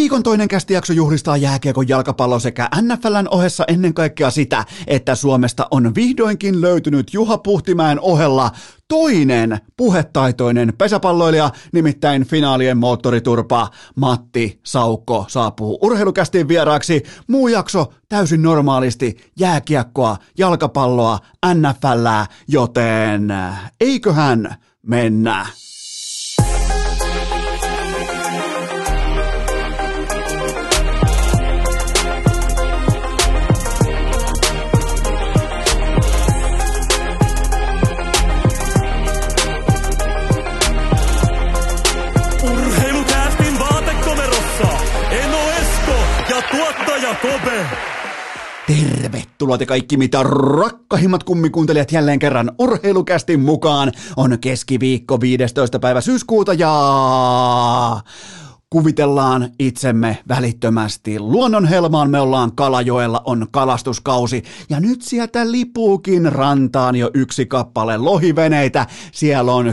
Viikon toinen kästijakso juhlistaa jääkiekon, jalkapallon sekä NFL:n ohessa ennen kaikkea sitä, että Suomesta on vihdoinkin löytynyt Juha Puhtimäen ohella toinen puhetaitoinen pesäpalloilija, nimittäin finaalien moottoriturpa Matti Saukko saapuu Urheilukästin vieraaksi. Muu jakso täysin normaalisti jääkiekkoa, jalkapalloa, NFL:ää, joten eiköhän mennä. Tuottaja Kope. Tervetuloa te kaikki mitä rakkahimmat kummikuuntelijat jälleen kerran Urheilukästin mukaan. On keskiviikko 15. päivä syyskuuta ja kuvitellaan itsemme välittömästi luonnonhelmaan. Me ollaan Kalajoella, on kalastuskausi ja nyt sieltä lipuukin rantaan jo yksi kappale lohiveneitä. Siellä on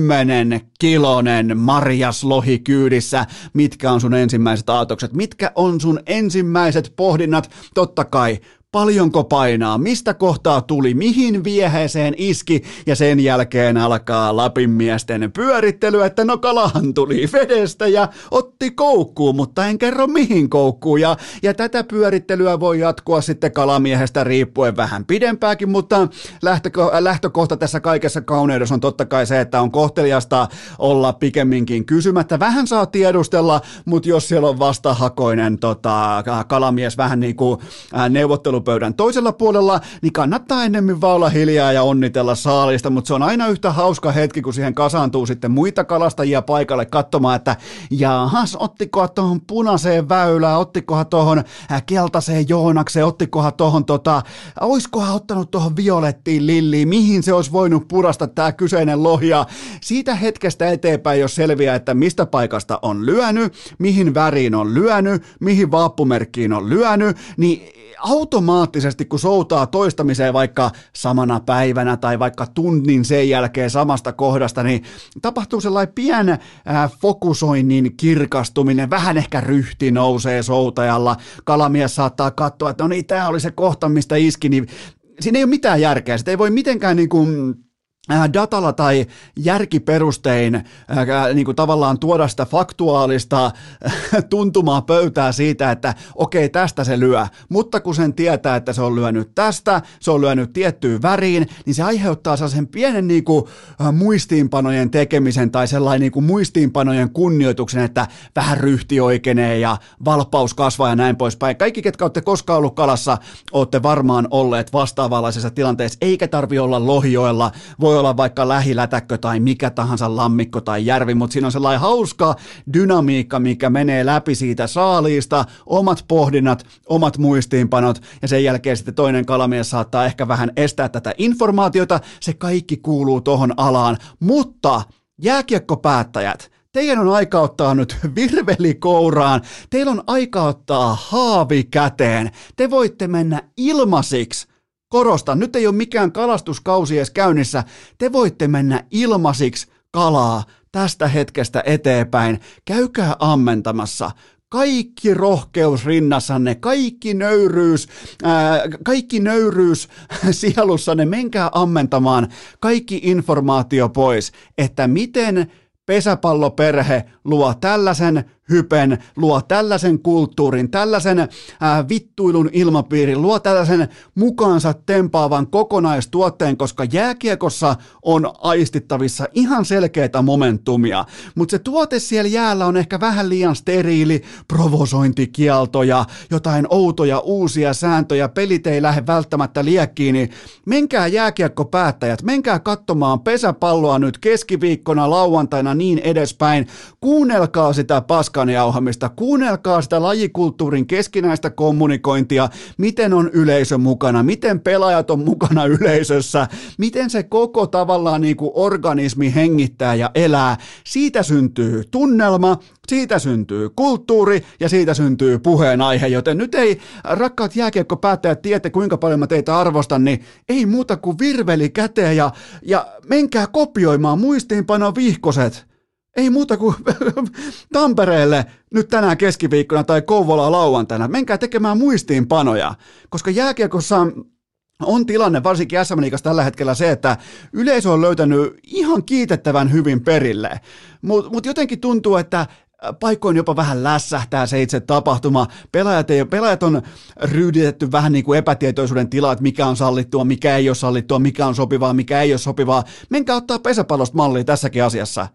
10-kilonen marjaslohi kyydissä. Mitkä on sun ensimmäiset aatokset? Mitkä on sun ensimmäiset pohdinnat? Totta kai. Paljonko painaa, mistä kohtaa tuli, mihin vieheeseen iski ja sen jälkeen alkaa Lapin miesten pyörittely, että no kalahan tuli vedestä ja otti koukkuun, mutta en kerro mihin koukkuun ja tätä pyörittelyä voi jatkua sitten kalamiehestä riippuen vähän pidempääkin, mutta lähtökohta tässä kaikessa kauneudessa on totta kai se, että on kohteliasta olla pikemminkin kysymättä. Vähän saa tiedustella, mutta jos siellä on vastahakoinen kalamies vähän niin kuin neuvottelupöydän toisella puolella, niin kannattaa ennemmin vaan olla hiljaa ja onnitella saalista, mutta se on aina yhtä hauska hetki, kun siihen kasaantuu sitten muita kalastajia paikalle katsomaan, että jahas, ottikohan tuohon punaiseen väylään, ottikohan tuohon keltaiseen joonakseen, ottikohan tuohon oiskohan ottanut tuohon violettiin lilliin, mihin se olisi voinut purasta tämä kyseinen lohi, ja siitä hetkestä eteenpäin, jos selviää, että mistä paikasta on lyönyt, mihin väriin on lyönyt, mihin vaappumerkkiin on lyönyt, niin automaattisesti, kun soutaa toistamiseen vaikka samana päivänä tai vaikka tunnin sen jälkeen samasta kohdasta, niin tapahtuu sellainen pien fokusoinnin kirkastuminen, vähän ehkä ryhti nousee soutajalla, kalamies saattaa katsoa, että no niin, tämä oli se kohta, mistä iski, niin siinä ei ole mitään järkeä, sitä ei voi mitenkään niin kuin datalla tai järkiperustein niin kuin tavallaan tuoda sitä faktuaalista tuntumaa pöytää siitä, että okei, tästä se lyö, mutta kun sen tietää, että se on lyönyt tästä, se on lyönyt tiettyyn väriin, niin se aiheuttaa sen pienen niin kuin muistiinpanojen tekemisen tai sellainen niin kuin muistiinpanojen kunnioituksen, että vähän ryhti oikeenee ja valppaus kasvaa ja näin poispäin. Kaikki, ketkä olette koskaan ollut kalassa, olette varmaan olleet vastaavanlaisessa tilanteessa, eikä tarvitse olla Lohijoella, voi olla vaikka lähilätäkkö tai mikä tahansa lammikko tai järvi, mutta siinä on sellainen hauska dynamiikka, mikä menee läpi siitä saaliista, omat pohdinnat, omat muistiinpanot ja sen jälkeen sitten toinen kalamies saattaa ehkä vähän estää tätä informaatiota, se kaikki kuuluu tohon alaan, mutta jääkiekkopäättäjät, teidän on aika ottaa nyt virveli kouraan, teillä on aika ottaa haavi käteen, te voitte mennä ilmaisiksi. Korostan, nyt ei ole mikään kalastuskausi edes käynnissä. Te voitte mennä ilmaisiksi kalaa tästä hetkestä eteenpäin. Käykää ammentamassa. Kaikki rohkeus rinnassanne, kaikki nöyryys sielussanne, menkää ammentamaan kaikki informaatio pois, että miten pesäpalloperhe luo tällaisen hypen, luo tällaisen kulttuurin, tällaisen vittuilun ilmapiirin, luo tällaisen mukaansa tempaavan kokonaistuotteen, koska jääkiekossa on aistittavissa ihan selkeitä momentumia, mutta se tuote siellä jäällä on ehkä vähän liian steriili, provosointikieltoja, jotain outoja uusia sääntöjä, pelit ei lähde välttämättä liekkiin, niin menkää jääkiekkopäättäjät, menkää katsomaan pesäpalloa nyt keskiviikkona, lauantaina, niin edespäin, kuunnelkaa sitä paskan jauhamista, kuunnelkaa sitä lajikulttuurin keskinäistä kommunikointia, miten on yleisö mukana, miten pelaajat on mukana yleisössä, miten se koko tavallaan niin kuin organismi hengittää ja elää. Siitä syntyy tunnelma, siitä syntyy kulttuuri ja siitä syntyy puheenaihe, joten nyt ei, rakkaat jääkiekkopäättäjät, tiedätte kuinka paljon mä teitä arvostan, niin ei muuta kuin virveli käteen ja menkää kopioimaan muistiinpano vihkoset. Ei muuta kuin Tampereelle nyt tänään keskiviikkona tai Kouvolaan lauantaina. Menkää tekemään muistiinpanoja, koska jääkiekossa on tilanne, varsinkin SM-liigassa tällä hetkellä se, että yleisö on löytänyt ihan kiitettävän hyvin perille, mutta jotenkin tuntuu, että paikoin jopa vähän lässähtää se itse tapahtuma. Pelaajat on ryyditetty vähän niin kuin epätietoisuuden tilaa, että mikä on sallittua, mikä ei ole sallittua, mikä on sopivaa, mikä ei ole sopivaa. Menkää ottaa pesäpallosta mallia tässäkin asiassa.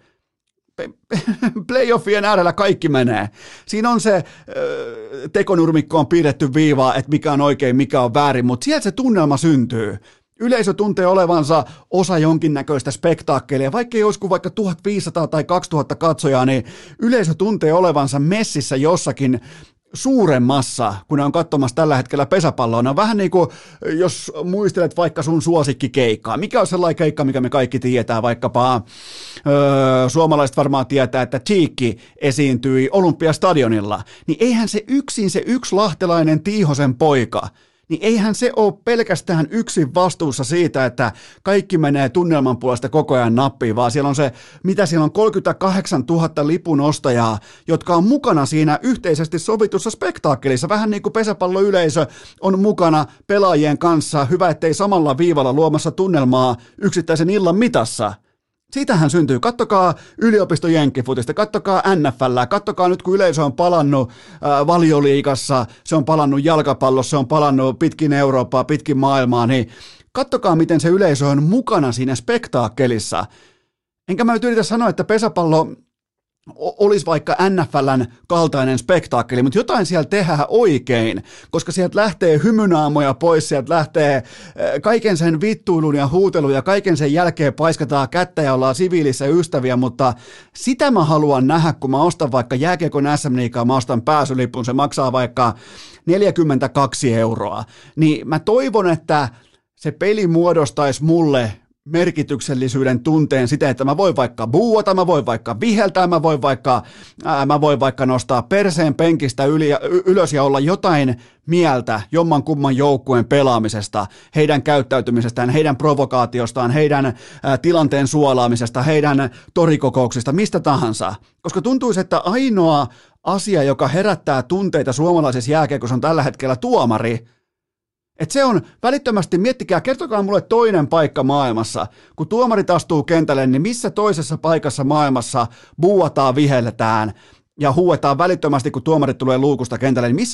Playoffien äärellä kaikki menee. Siinä on se tekonurmikkoon piirretty viiva, että mikä on oikein, mikä on väärin, mutta sieltä se tunnelma syntyy. Yleisö tuntee olevansa osa jonkinnäköistä spektaakkelia, vaikka ei olisi kuin vaikka 1500 tai 2000 katsojaa, niin yleisö tuntee olevansa messissä jossakin suuremmassa, kun ne on katsomassa tällä hetkellä pesäpalloa. Ne on vähän niin kuin, jos muistelet vaikka sun suosikkikeikkaa. Mikä on sellainen keikka, mikä me kaikki tiedetään, vaikkapa suomalaiset varmaan tietää, että Cheekki esiintyi Olympiastadionilla. Niin eihän se yksin se yksi lahtelainen Tiihosen poika, niin eihän se ole pelkästään yksin vastuussa siitä, että kaikki menee tunnelman puolesta koko ajan nappiin, vaan siellä on se, mitä siellä on 38 000 lipun ostajaa, jotka on mukana siinä yhteisesti sovitussa spektaakkelissa, vähän niin kuin pesäpalloyleisö on mukana pelaajien kanssa, hyvä ettei samalla viivalla luomassa tunnelmaa yksittäisen illan mitassa. Siitähän syntyy. Kattokaa yliopiston jenkkifutista, kattokaa NFL:ää, kattokaa nyt kun yleisö on palannut Valioliigassa, se on palannut jalkapallossa, se on palannut pitkin Eurooppaa, pitkin maailmaa, niin kattokaa miten se yleisö on mukana siinä spektaakkelissa. Enkä mä nyt yritä sanoa, että pesäpallo olisi vaikka NFL:n kaltainen spektaakkeli, mutta jotain siellä tehdään oikein, koska sieltä lähtee hymynaamoja pois, sieltä lähtee kaiken sen vittuilun ja huutelun ja kaiken sen jälkeen paiskataan kättä ja ollaan siviilissä ystäviä, mutta sitä mä haluan nähdä, kun mä ostan vaikka jääkiekon SM-liigaa, mä ostan pääsylipun, se maksaa vaikka 42 €, niin mä toivon, että se peli muodostaisi mulle merkityksellisyyden tunteen sitä, että mä voin vaikka buuata, mä voin vaikka viheltää, mä voin vaikka nostaa perseen penkistä ylös ja olla jotain mieltä jomman kumman joukkueen pelaamisesta, heidän käyttäytymisestään, heidän provokaatiostaan, heidän tilanteen suolaamisesta, heidän torikokouksista, mistä tahansa. Koska tuntuisi, että ainoa asia, joka herättää tunteita suomalaisessa jääkiekossa on tällä hetkellä tuomari. Että se on välittömästi, miettikää, kertokaa mulle toinen paikka maailmassa, kun tuomarit astuu kentälle, niin missä toisessa paikassa maailmassa buuataan, vihelletään ja huuetaan välittömästi, kun tuomarit tulee luukusta kentälle, niin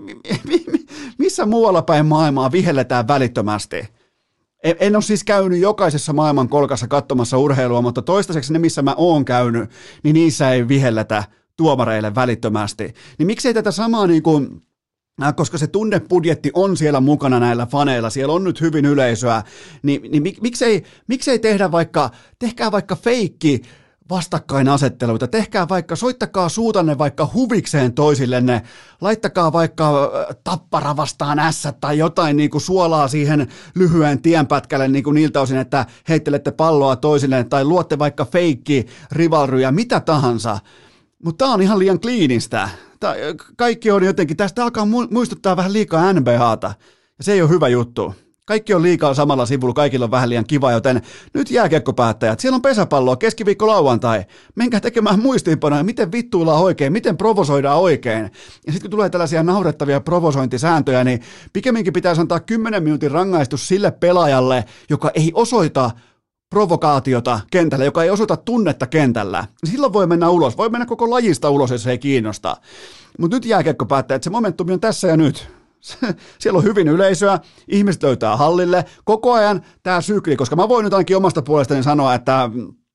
missä muualla päin maailmaa vihelletään välittömästi? En ole siis käynyt jokaisessa maailman kolkassa katsomassa urheilua, mutta toistaiseksi ne, missä mä oon käynyt, niin niissä ei vihelletä tuomareille välittömästi. Niin miksei tätä samaa niin kuin, koska se tunnebudjetti on siellä mukana näillä faneilla, siellä on nyt hyvin yleisöä, niin miksei tehkää vaikka feikki vastakkainasetteluita, soittakaa suutanne vaikka huvikseen toisillenne, laittakaa vaikka Tappara vastaan ässät tai jotain niin kuin suolaa siihen lyhyen tienpätkälle niin kuin niiltä osin, että heittelette palloa toisillenne tai luotte vaikka feikki rivalryjä, mitä tahansa, mutta tämä on ihan liian kliinistä. Kaikki on jotenkin, tästä alkaa muistuttaa vähän liikaa NBAta, ja se ei ole hyvä juttu. Kaikki on liikaa samalla sivulla, kaikilla on vähän liian kiva, joten nyt jääkiekkopäättäjät, siellä on pesäpalloa, keskiviikko lauantai, menkää tekemään muistiinpanoja, miten vittuillaan oikein, miten provosoidaan oikein. Ja sitten kun tulee tällaisia naurettavia provosointisääntöjä, niin pikemminkin pitäisi antaa 10 minuutin rangaistus sille pelaajalle, joka ei osoita provokaatiota kentällä, joka ei osoita tunnetta kentällä. Silloin voi mennä ulos, voi mennä koko lajista ulos, jos se ei kiinnosta. Mutta nyt jääkiekko päättää, että se momentumi on tässä ja nyt. Siellä on hyvin yleisöä, ihmiset löytää hallille, koko ajan tämä sykli, koska mä voin nyt ainakin omasta puolestani sanoa, että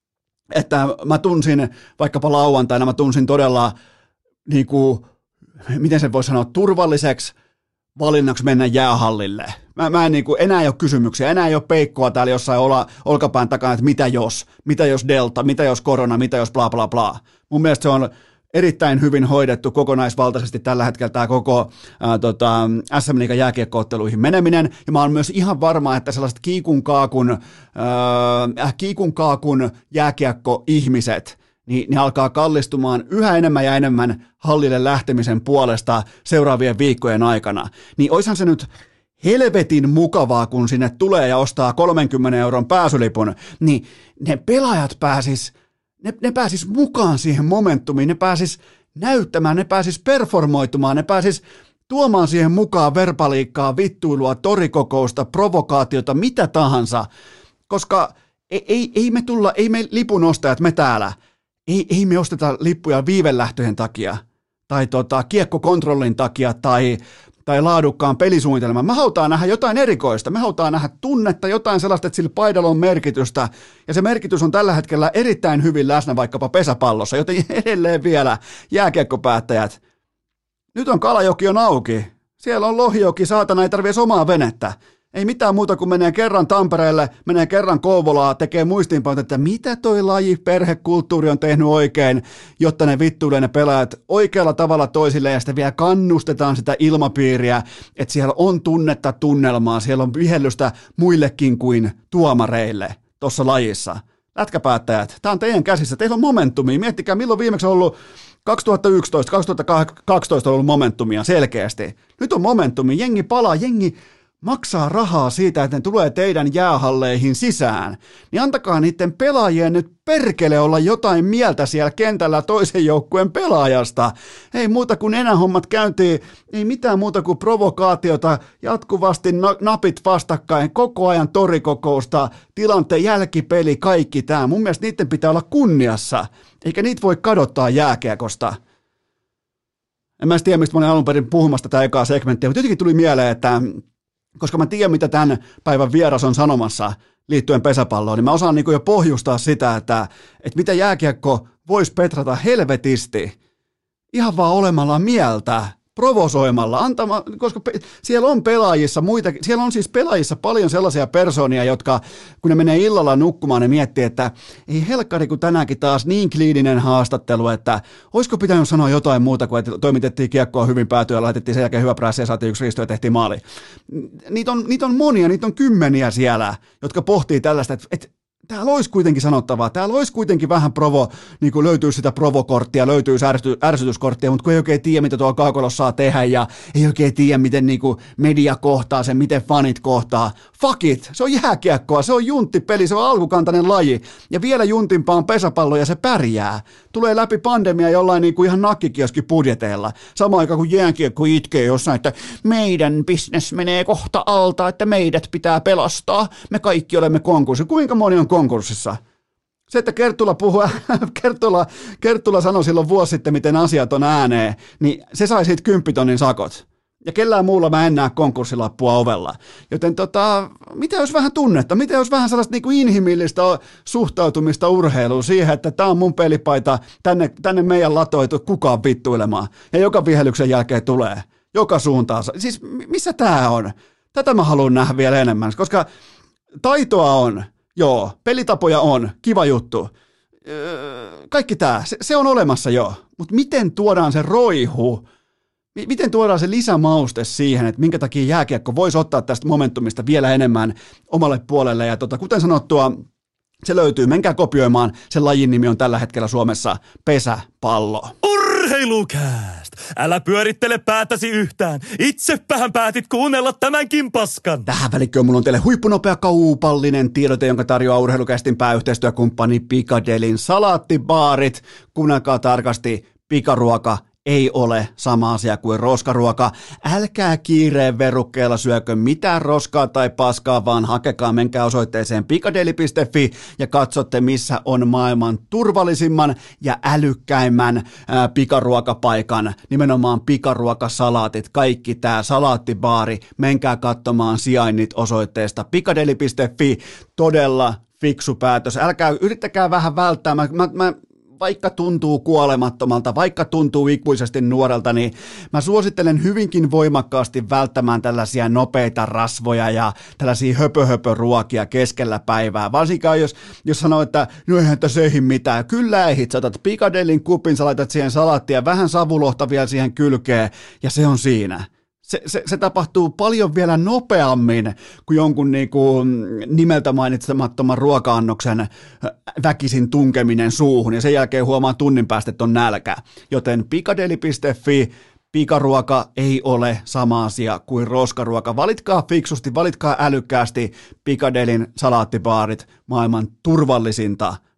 mä tunsin vaikkapa lauantaina, mä tunsin todella, niin kuin, miten sen voi sanoa, turvalliseksi valinnaksi mennä jäähallille. Mä en niin kuin, enää ei ole kysymyksiä, enää ei ole peikkoa täällä jossain olkapään takana, että mitä jos delta, mitä jos korona, mitä jos bla bla bla. Mun mielestä se on erittäin hyvin hoidettu kokonaisvaltaisesti tällä hetkellä tämä koko SM-liigan jääkiekko-otteluihin meneminen, ja mä oon myös ihan varma, että sellaiset kiikun kaakun jääkiekko-ihmiset, niin ne alkaa kallistumaan yhä enemmän ja enemmän hallille lähtemisen puolesta seuraavien viikkojen aikana. Niin oishan se nyt helvetin mukavaa, kun sinne tulee ja ostaa 30 € pääsylipun, niin ne pelaajat ne pääsis mukaan siihen momentumiin, ne pääsis näyttämään, ne pääsis performoitumaan, ne pääsis tuomaan siihen mukaan verbaliikkaa, vittuilua, torikokousta, provokaatiota, mitä tahansa, koska ei me lipunostajat, me täällä, ei me osteta lippuja viivelähtöjen takia, tai kiekkokontrollin takia, tai laadukkaan pelisuunnitelman. Me halutaan nähdä jotain erikoista, me halutaan nähdä tunnetta, jotain sellaista, että sillä paidalla on merkitystä, ja se merkitys on tällä hetkellä erittäin hyvin läsnä vaikkapa pesäpallossa, joten edelleen vielä jääkiekkopäättäjät. Nyt on Kalajoki on auki, siellä on Lohijoki, saatana, ei tarvitse omaa venettä. Ei mitään muuta kuin menee kerran Tampereelle, menee kerran Kouvolaa, tekee muistiinpanoja, että mitä toi laji, perhekulttuuri on tehnyt oikein, jotta ne vittuilee ne pelaajat oikealla tavalla toisille ja sitten vielä kannustetaan sitä ilmapiiriä, että siellä on tunnetta, tunnelmaa, siellä on vihellystä muillekin kuin tuomareille tuossa lajissa. Lätkäpäättäjät, tämä on teidän käsissä, teillä on momentumia, miettikää milloin viimeksi on ollut 2011, 2012 on ollut momentumia selkeästi. Nyt on momentumia, jengi palaa, jengi maksaa rahaa siitä, että ne tulee teidän jäähalleihin sisään, niin antakaa niiden pelaajien nyt perkele olla jotain mieltä siellä kentällä toisen joukkueen pelaajasta. Ei muuta kuin enähommat käyntiin, ei mitään muuta kuin provokaatiota, jatkuvasti napit vastakkain, koko ajan torikokousta, tilanteen jälkipeli, kaikki tämä. Mun mielestä niiden pitää olla kunniassa, eikä niitä voi kadottaa jääkiekosta. En mä tiedä, mistä mä olin alun perin puhumasta tätä ekaa segmenttiä, mutta jotenkin tuli mieleen, että koska mä tiedän, mitä tämän päivän vieras on sanomassa liittyen pesäpalloon, niin mä osaan niin jo pohjustaa sitä, että mitä jääkiekko voisi petrata helvetisti ihan vaan olemalla mieltä, provosoimalla, koska siellä on pelaajissa siellä on siis pelaajissa paljon sellaisia persoonia, jotka kun ne menee illalla nukkumaan, ne miettii, että ei helkkari, kun tänäänkin taas niin kliininen haastattelu, että olisiko pitänyt sanoa jotain muuta kuin, että toimitettiin kiekkoa hyvin päätyä, laitettiin sen jälkeen hyvä prässi ja saatiin yksi risto ja tehtiin maali. Niitä on monia, niitä on kymmeniä siellä, jotka pohtii tällaista, että täällä olisi kuitenkin sanottavaa, täällä olisi kuitenkin vähän niin kuin löytyy sitä provokorttia, löytyy ärsytyskorttia, mutta kun ei oikein tiedä, mitä tuolla kaukolossa saa tehdä ja ei oikein tiedä, miten niin kuin media kohtaa sen, miten fanit kohtaa. Fuck it, se on jääkiekkoa, se on junttipeli, se on alkukantainen laji ja vielä juntimpaa on pesäpallo ja se pärjää. Tulee läpi pandemia jollain niin kuin ihan nakkikioskibudjeteilla. Samaan aikaan kun jääkiekko itkee jossain, että meidän bisnes menee kohta alta, että meidät pitää pelastaa, me kaikki olemme konkurssissa. Kuinka moni on konkurssissa? Se, että Kerttula sanoi silloin vuosi sitten, miten asiat on ääneen, niin se sai siitä 10 000 sakot. Ja kellään muulla mä en näe konkurssilappua ovella. Joten mitä jos vähän tunnetta, mitä jos vähän sellaista niin kuin inhimillistä suhtautumista urheiluun siihen, että tää on mun pelipaita, tänne meidän latoitu kukaan vittuilemaan. Ja joka vihelyksen jälkeen tulee, joka suuntaan. Siis missä tää on? Tätä mä haluan nähdä vielä enemmän, koska taitoa on, joo, pelitapoja on, kiva juttu. Kaikki tää, se on olemassa jo, mutta miten tuodaan se roihu? Miten tuodaan se lisämauste siihen, että minkä takia jääkiekko voisi ottaa tästä momentumista vielä enemmän omalle puolelle? Ja kuten sanottua, se löytyy. Menkää kopioimaan. Sen lajin nimi on tällä hetkellä Suomessa pesäpallo. Urheilukääst! Älä pyörittele päätäsi yhtään. Itsepähän päätit kuunnella tämänkin paskan. Tähän välikköön mulla on teille huippunopea kaupallinen tiedote, jonka tarjoaa Urheilukästin pääyhteistyökumppani Piccadillyn salaattibaarit. Kuunnelkaa tarkasti, pikaruoka ei ole sama asia kuin roskaruoka. Älkää kiireen verukkeella syökö mitään roskaa tai paskaa, vaan hakekaa, menkää osoitteeseen piccadilly.fi ja katsotte, missä on maailman turvallisimman ja älykkäimmän pikaruokapaikan. Nimenomaan pikaruokasalaatit, kaikki tää salaattibaari. Menkää katsomaan sijainnit osoitteesta piccadilly.fi. Todella fiksu päätös. Yrittäkää vähän välttää. Vaikka tuntuu kuolemattomalta, vaikka tuntuu ikuisesti nuorelta, niin mä suosittelen hyvinkin voimakkaasti välttämään tällaisia nopeita rasvoja ja tällaisia höpöhöpöruokia keskellä päivää. Varsinkaan jos sanoo, että no eihän tässä ei mitään. Kyllä ei, sä otat Piccadillyn kupin, sä laitat siihen salaattia, vähän savulohta vielä siihen kylkeen ja se on siinä. Se tapahtuu paljon vielä nopeammin kuin jonkun nimeltä mainitsemattoman ruoka-annoksen väkisin tunkeminen suuhun ja sen jälkeen huomaa tunnin päästä, että on nälkä. Joten piccadilly.fi, pikaruoka ei ole sama asia kuin roskaruoka. Valitkaa fiksusti, valitkaa älykkäästi Piccadillyn salaattibaarit, maailman turvallisinta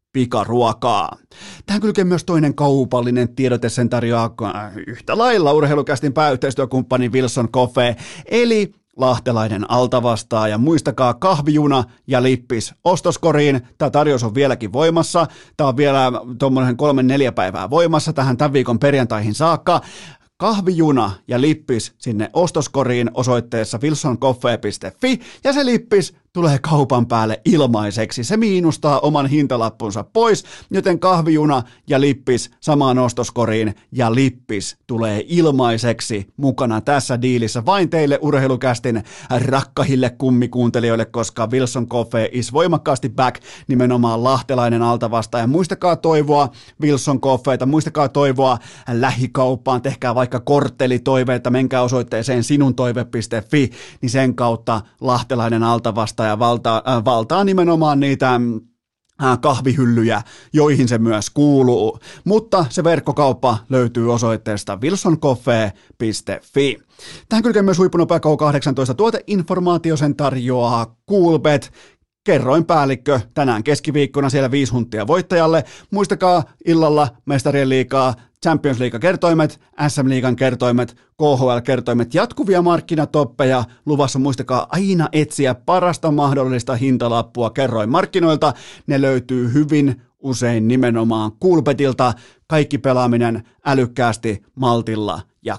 pikaruokaa. Tähän kylkee myös toinen kaupallinen tiedote, sen tarjoaa yhtä lailla Urheilukästin pääyhteistyökumppani Wilson Coffee, eli lahtelainen altavastaaja. Muistakaa kahvijuna ja lippis ostoskoriin. Tämä tarjous on vieläkin voimassa. Tämä on vielä tuommoinen 3-4 päivää voimassa tähän tämän viikon perjantaihin saakka. Kahvijuna ja lippis sinne ostoskoriin osoitteessa wilsoncoffee.fi ja se lippis tulee kaupan päälle ilmaiseksi. Se miinustaa oman hintalappunsa pois, joten kahvijuna ja lippis samaan ostoskoriin ja lippis tulee ilmaiseksi mukana tässä diilissä vain teille Urheilukästin rakkahille kummikuuntelijoille, koska Wilson Coffee is voimakkaasti back, nimenomaan lahtelainen altavastaaja. Muistakaa toivoa Wilson Coffeeta, muistakaa toivoa lähikauppaan, tehkää vaikka korttelitoiveita, menkää osoitteeseen sinuntoive.fi, niin sen kautta lahtelainen altavastaaja ja valtaa nimenomaan niitä kahvihyllyjä, joihin se myös kuuluu. Mutta se verkkokauppa löytyy osoitteesta wilsoncoffee.fi. Tähän kylkee myös huippunopea K18 tuoteinformaatio, sen tarjoaa Coolbet. Kerroinpäällikkö tänään keskiviikkona siellä 5 hunttia voittajalle. Muistakaa illalla Mestarien liigaa, Champions League-kertoimet, SM-liigan kertoimet, KHL-kertoimet, jatkuvia markkinatoppeja. Luvassa muistakaa aina etsiä parasta mahdollista hintalappua kerroinmarkkinoilta. Ne löytyy hyvin usein nimenomaan Coolbetilta. Kaikki pelaaminen älykkäästi, maltilla ja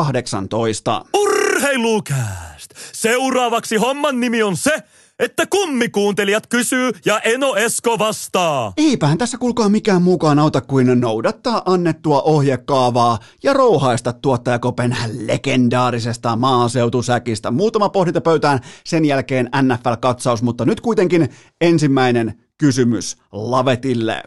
K18. Urheilukääst! Seuraavaksi homman nimi on se, että kummikuuntelijat kysyy ja Eno Esko vastaa. Eipähän tässä kuulkaa mikään mukaan auta kuin noudattaa annettua ohjekaavaa ja rouhaista tuottajakopen legendaarisesta maaseutusäkistä. Muutama pohdinta pöytään, sen jälkeen NFL-katsaus, mutta nyt kuitenkin ensimmäinen kysymys Lavetille.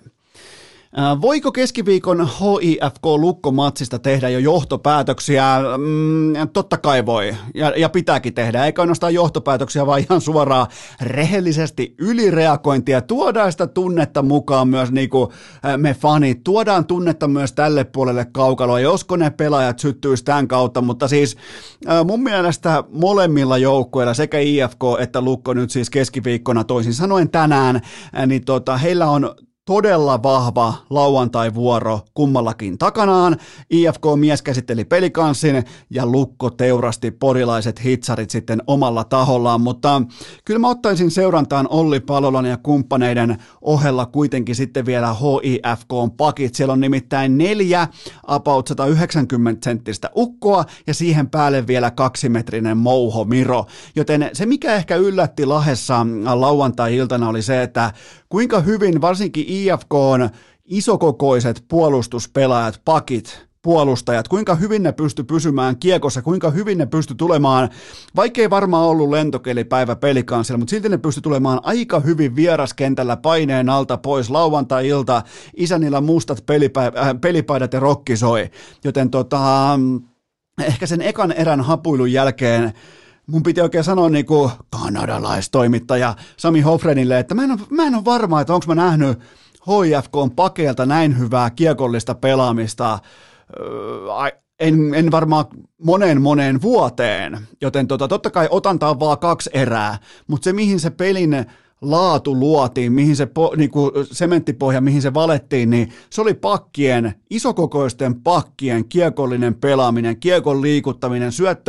Voiko keskiviikon HIFK-lukkomatsista tehdä jo johtopäätöksiä? Totta kai voi, ja pitääkin tehdä, eikä ainoastaan johtopäätöksiä, vaan ihan suoraan rehellisesti ylireagointia. Tuodaan sitä tunnetta mukaan myös niin kuin me fanit, tuodaan tunnetta myös tälle puolelle kaukaloa, josko ne pelaajat syttyisi tämän kautta, mutta siis mun mielestä molemmilla joukkueilla, sekä IFK että Lukko nyt siis keskiviikkona, toisin sanoen tänään, niin heillä on todella vahva lauantai-vuoro kummallakin takanaan. IFK-mies käsitteli Pelikanssin ja Lukko teurasti porilaiset hitsarit sitten omalla tahollaan, mutta kyllä mä ottaisin seurantaan Olli Palolan ja kumppaneiden ohella kuitenkin sitten vielä HIFK-pakit. Siellä on nimittäin 4 about 190-senttistä ukkoa ja siihen päälle vielä 2-metrinen Mouho Miro, joten se mikä ehkä yllätti Lahdessa lauantai-iltana oli se, että kuinka hyvin varsinkin IFK:n isokokoiset puolustuspelaajat, pakit, puolustajat, kuinka hyvin ne pysty pysymään kiekossa, kuinka hyvin ne pysty tulemaan, vaikkei varmaan ollut lentokelipäivä Pelikansilla, mutta silti ne pysty tulemaan aika hyvin vieraskentällä paineen alta pois lauantai-ilta, isänillä mustat pelipaidat ja rokki soi, joten ehkä sen ekan erän hapuilun jälkeen mun piti oikein sanoa niin kuin kanadalaistoimittaja Sami Hofrenille, että mä en ole varma, että onko mä nähnyt HIFK:n pakeilta näin hyvää kiekollista pelaamista, en varmaan moneen vuoteen, joten totta kai otantaa vaan 2 erää, mutta se mihin se pelin laatu luotiin, mihin se niinku sementtipohja, mihin se valettiin, niin se oli isokokoisten pakkien kiekollinen pelaaminen, kiekon liikuttaminen,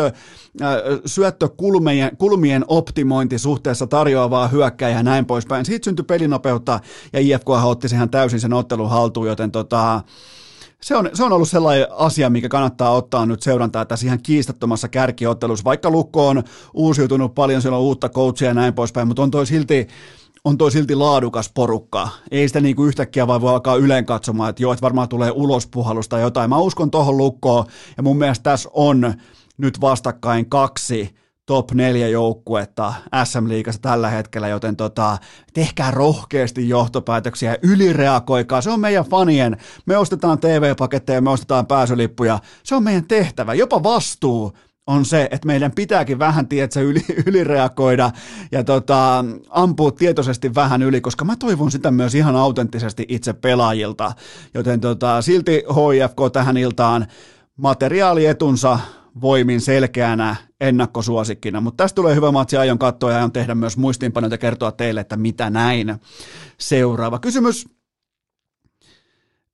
kulmien optimointi suhteessa tarjoavaa hyökkäjää ja näin poispäin. Siitä syntyi pelinopeutta ja IFK otti ihan täysin sen ottelun haltuun, joten se on ollut sellainen asia, mikä kannattaa ottaa nyt seurantaa tässä ihan kiistattomassa kärkiottelussa, vaikka Lukko on uusiutunut paljon, siellä on uutta coachia ja näin poispäin, mutta on toi silti laadukas porukka. Ei sitä niinku yhtäkkiä vaan voi alkaa yleen katsomaan, että joo, että varmaan tulee ulospuhallusta tai jotain. Mä uskon tohon Lukkoon ja mun mielestä tässä on nyt vastakkain 2 top 4 joukkuetta SM-liigassa tällä hetkellä, joten tehkää rohkeasti johtopäätöksiä, ylireagoikaa, se on meidän fanien, me ostetaan TV-paketteja, me ostetaan pääsylippuja, se on meidän tehtävä, jopa vastuu on se, että meidän pitääkin vähän ylireagoida ja ampua tietoisesti vähän yli, koska mä toivon sitä myös ihan autenttisesti itse pelaajilta, joten silti HIFK tähän iltaan materiaalietunsa voimin selkeänä ennakkosuosikkina, mutta tästä tulee hyvä matsi, aion katsoa ja aion tehdä myös muistiinpanoita ja kertoa teille, että mitä näin. Seuraava kysymys.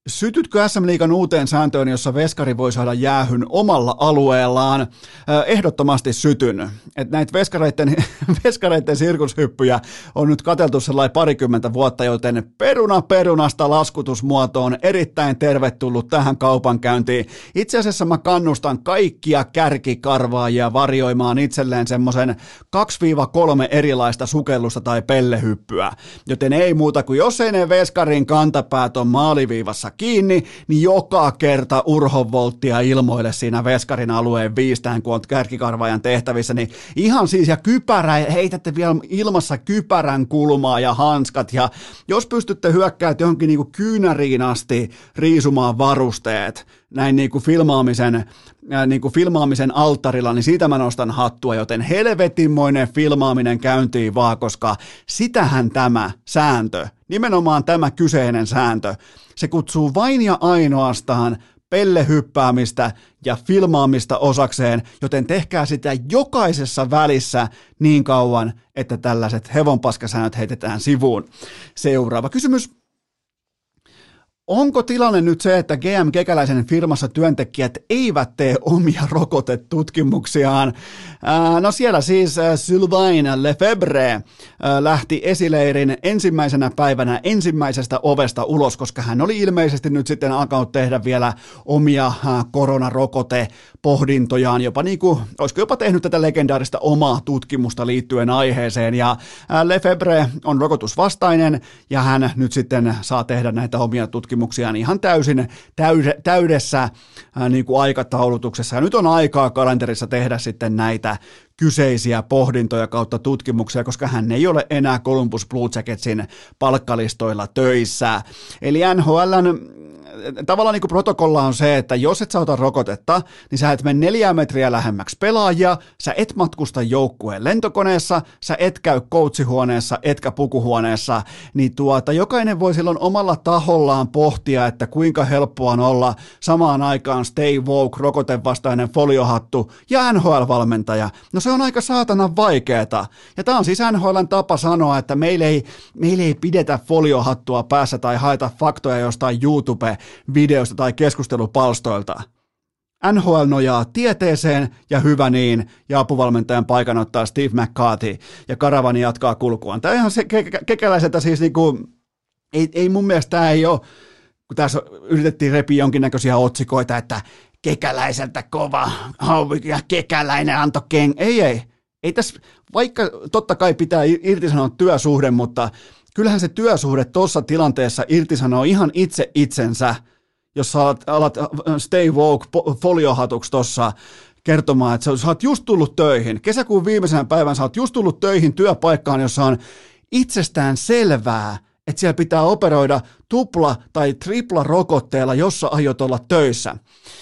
Sytytkö SM-liigan uuteen sääntöön, jossa veskari voi saada jäähyn omalla alueellaan? Ehdottomasti sytyn. Että näitä veskareiden sirkushyppyjä on nyt katseltu sellainen 20 vuotta, joten perunasta laskutusmuoto on erittäin tervetullut tähän kaupankäyntiin. Itse asiassa mä kannustan kaikkia kärkikarvaajia varjoimaan itselleen semmoisen 2-3 erilaista sukellusta tai pellehyppyä. Joten ei muuta kuin jos ei ne veskarin kantapäät on maaliviivassa kiinni, niin joka kerta urhovolttia ilmoille siinä veskarin alueen viistään, kun on kärkikarvaajan tehtävissä, niin ihan siis ja heitätte vielä ilmassa kypärän kulmaa ja hanskat, ja jos pystytte hyökkäämään johonkin niin kuin kyynäriin asti riisumaan varusteet, näin niin kuin filmaamisen alttarilla, niin siitä mä nostan hattua, joten helvetinmoinen filmaaminen käyntiin vaan, koska sitähän tämä sääntö, nimenomaan tämä kyseinen sääntö, se kutsuu vain ja ainoastaan pellehyppäämistä ja filmaamista osakseen, joten tehkää sitä jokaisessa välissä niin kauan, että tällaiset hevonpaskasäännöt heitetään sivuun. Seuraava kysymys. Onko tilanne nyt se, että GM Kekäläisen firmassa työntekijät eivät tee omia rokotetutkimuksiaan? No siellä siis Sylvain Lefebvre lähti esileirin ensimmäisenä päivänä ensimmäisestä ovesta ulos, koska hän oli ilmeisesti nyt sitten alkanut tehdä vielä omia koronarokotepohdintojaan, jopa niin kuin, olisiko jopa tehnyt tätä legendaarista omaa tutkimusta liittyen aiheeseen, ja Lefebvre on rokotusvastainen, ja hän nyt sitten saa tehdä näitä omia tutkimuksiaan ihan täydessä niin kuin aikataulutuksessa. Ja nyt on aikaa kalenterissa tehdä sitten näitä kyseisiä pohdintoja kautta tutkimuksia, koska hän ei ole enää Columbus Blue Jacketsin palkkalistoilla töissä. Eli NHL:n tavallaan niin kuin protokolla on se, että jos et sä ota rokotetta, niin sä et mene 4 metriä lähemmäksi pelaajia, sä et matkusta joukkueen lentokoneessa, sä et käy coachihuoneessa, etkä pukuhuoneessa, niin jokainen voi silloin omalla tahollaan pohtia, että kuinka helppoa on olla samaan aikaan Stay Woke, rokotevastainen foliohattu ja NHL-valmentaja. No se on aika saatanan vaikeeta. Ja tää on siis NHL:n tapa sanoa, että meillä ei pidetä foliohattua päässä tai haeta faktoja jostain YouTube-videosta tai keskustelupalstoilta. NHL nojaa tieteeseen ja hyvä niin, ja apuvalmentajan paikan ottaa Steve McCarthy ja karavani jatkaa kulkuaan. Tämä ihan se kekäläiseltä siis niinku, ei mun mielestä tämä ei ole, kun tässä yritettiin repiä jonkinnäköisiä otsikoita, että kekäläiseltä kova ja kekäläinen antoi ei tässä, vaikka totta kai pitää irtisanoa työsuhde, mutta kyllähän se työsuhde tuossa tilanteessa irtisanoo ihan itse itsensä, jos sä alat Stay Woke foliohatuksi tuossa kertomaan, että sä oot just tullut töihin. Kesäkuun viimeisenä päivän sä oot just tullut töihin työpaikkaan, jossa on itsestään selvää, että siellä pitää operoida tupla- tai tripla rokotteella, jossa aiot olla töissä.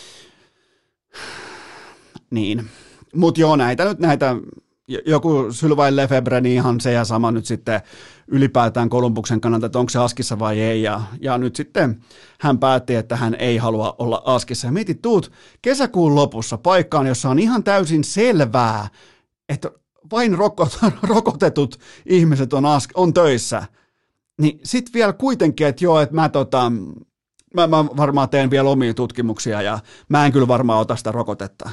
Niin, mutta joo, näitä joku Sylvain Lefebvre, niin ihan se ja sama nyt sitten ylipäätään Columbuksen kannalta, että onko se askissa vai ei, ja nyt sitten hän päätti, että hän ei halua olla askissa. Ja mietit, tuut kesäkuun lopussa paikkaan, jossa on ihan täysin selvää, että vain rokotetut ihmiset on töissä, niin sitten vielä kuitenkin, että joo, että mä varmaan teen vielä omia tutkimuksia, ja mä en kyllä varmaan ota sitä rokotetta.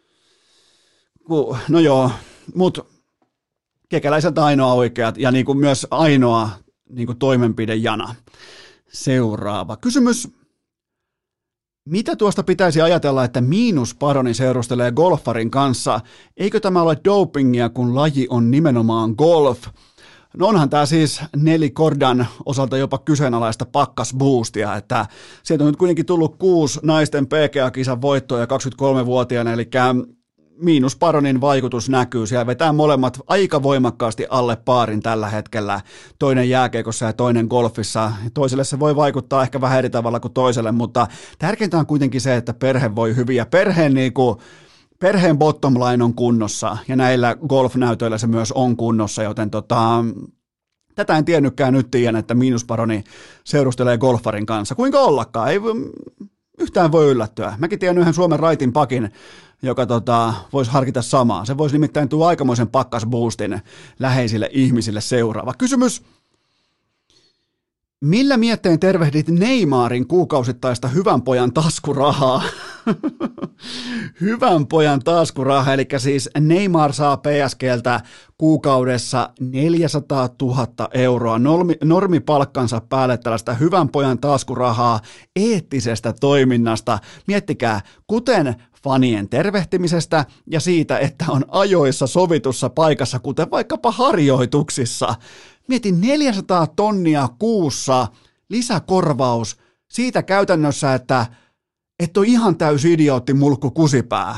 No joo, mutta kekäläiseltä ainoa oikeat ja niin kuin myös ainoa niin kuin toimenpidejana. Seuraava kysymys. Mitä tuosta pitäisi ajatella, että miinusparoni seurustelee golfarin kanssa? Eikö tämä ole dopingia, kun laji on nimenomaan golf? No onhan tämä siis Nelly Kordan osalta jopa kyseenalaista pakkasboostia, että sieltä on nyt kuitenkin tullut 6 naisten PGA-kisan voittoa 23-vuotiaana, eli miinusparonin vaikutus näkyy. Siellä vetää molemmat aika voimakkaasti alle paarin tällä hetkellä. Toinen jääkiekossa ja toinen golfissa. Toiselle se voi vaikuttaa ehkä vähän eri tavalla kuin toiselle, mutta tärkeintä on kuitenkin se, että perhe voi hyvin. Ja perheen bottom line on kunnossa. Ja näillä golfnäytöillä se myös on kunnossa, joten tätä en tiennytkään, nyt tiedän, että miinusparoni seurustelee golfarin kanssa. Kuinka ollakaan? Ei yhtään voi yllättyä. Mäkin tiedän yhden Suomen raitin pakin, joka voisi harkita samaa. Se voisi nimittäin tuoda aikamoisen pakkasboostin läheisille ihmisille. Seuraava kysymys. Millä mietteen tervehdit Neymarin kuukausittaista hyvän pojan taskurahaa? Hyvän pojan taskuraha, eli siis Neymar saa PSGltä kuukaudessa 400 000 euroa normipalkkansa päälle tällaista hyvän pojan taskurahaa eettisestä toiminnasta. Miettikää, kuten fanien tervehtimisestä ja siitä, että on ajoissa sovitussa paikassa, kuten vaikkapa harjoituksissa. Mietin 400 tonnia kuussa lisäkorvaus siitä käytännössä, että et ole ihan täysi idiootti mulkku kusipää.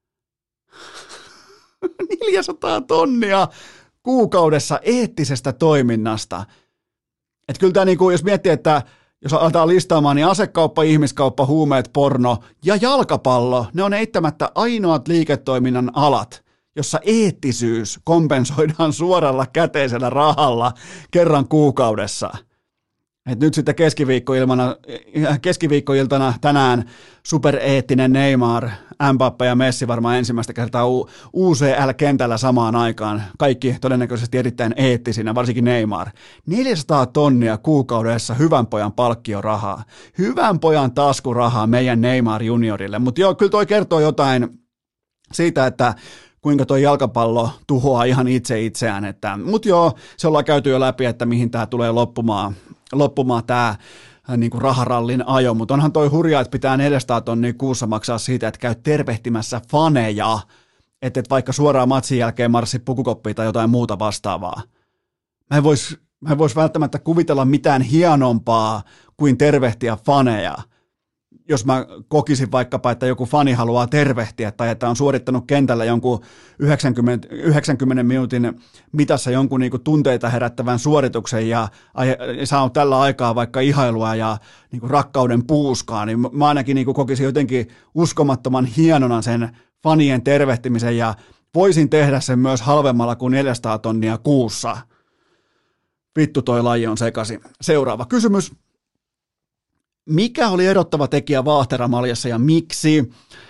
400 tonnia kuukaudessa eettisestä toiminnasta. Että kyllä tämä, niinku, jos miettii, että jos aletaan listaamaan, niin asekauppa, ihmiskauppa, huumeet, porno ja jalkapallo, ne on eittämättä ainoat liiketoiminnan alat, jossa eettisyys kompensoidaan suoralla käteisellä rahalla kerran kuukaudessa. Et nyt sitten keskiviikkoiltana tänään supereettinen Neymar, Mbappé ja Messi varmaan ensimmäistä kertaa UCL-kentällä samaan aikaan. Kaikki todennäköisesti erittäin eettisinä, varsinkin Neymar. 400 tonnia kuukaudessa hyvän pojan palkkiorahaa. Hyvän pojan taskurahaa meidän Neymar juniorille. Mutta joo, kyllä toi kertoo jotain siitä, että kuinka tuo jalkapallo tuhoaa ihan itseään. Mutta joo, se ollaan käyty jo läpi, että mihin tämä tulee loppumaan tämä niinku raharallin ajo, mutta onhan toi hurjaa, että pitää 400 tonnia kuussa maksaa siitä, että käy tervehtimässä faneja, että vaikka suoraan matsin jälkeen marssi pukukoppiin tai jotain muuta vastaavaa. Mä en vois välttämättä kuvitella mitään hienompaa kuin tervehtiä faneja. Jos mä kokisin vaikkapa, että joku fani haluaa tervehtiä tai että on suorittanut kentällä jonkun 90 minuutin mitassa jonkun niinku tunteita herättävän suorituksen ja saa tällä aikaa vaikka ihailua ja niinku rakkauden puuskaa, niin mä ainakin niinku kokisin jotenkin uskomattoman hienona sen fanien tervehtimisen ja voisin tehdä sen myös halvemmalla kuin 400 tonnia kuussa. Vittu toi laji on sekaisin. Seuraava kysymys. Mikä oli erottava tekijä Vaahtera-maljassa ja miksi?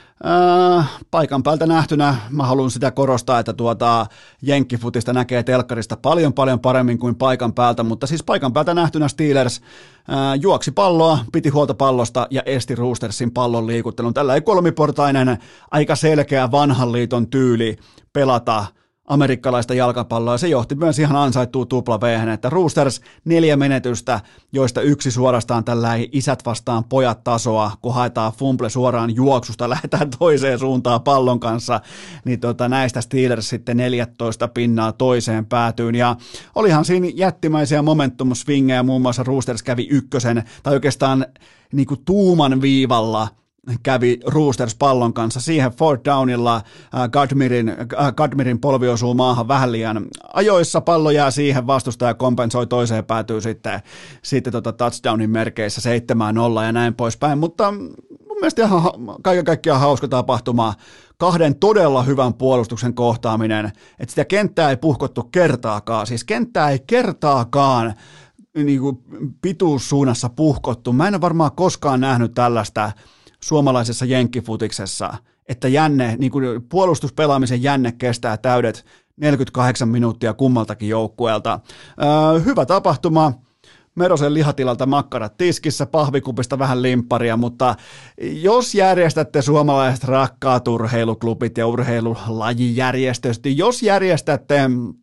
Paikan päältä nähtynä mä haluan sitä korostaa, että jenkkifutista näkee telkkarista paljon paremmin kuin paikan päältä, mutta siis paikan päältä nähtynä Steelers juoksi palloa, piti huolta pallosta ja esti Roostersin pallon liikuttelun. Tällä ei kolmiportainen, aika selkeä vanhan liiton tyyli pelata amerikkalaista jalkapalloa. Se johti myös ihan ansaittua tupla-V:hen, että Roosters 4 menetystä, joista 1 suorastaan tällä isät vastaan pojat -tasoa, kun haetaan fumble suoraan juoksusta, lähdetään toiseen suuntaan pallon kanssa, niin näistä Steelers sitten 14 pinnaa toiseen päätyyn, ja olihan siinä jättimäisiä momentum-swingejä, muun muassa Roosters kävi ykkösen, tai oikeastaan niin kuin tuuman viivalla kävi Roosters pallon kanssa siihen fourth downilla, Gadmirin polvi osuu maahan vähän liian ajoissa, pallo jää siihen, vastustaja kompensoi toiseen, päätyy sitten touchdownin merkeissä 7-0 ja näin poispäin, mutta mun mielestä ihan kaiken kaikkiaan hauska tapahtuma, 2 todella hyvän puolustuksen kohtaaminen, että sitä kenttää ei puhkottu kertaakaan, siis kenttää ei kertaakaan niin kuin pituussuunnassa puhkottu, mä en ole varmaan koskaan nähnyt tällaista suomalaisessa jenkkifutiksessa, että niin kuin puolustuspelaamisen jänne kestää täydet 48 minuuttia kummaltakin joukkueelta. Hyvä tapahtuma. Merosen lihatilalta makkarat tiskissä, pahvikupista vähän limpparia, mutta jos järjestätte suomalaiset rakkaat urheiluklubit ja urheilulajijärjestöt, jos järjestätte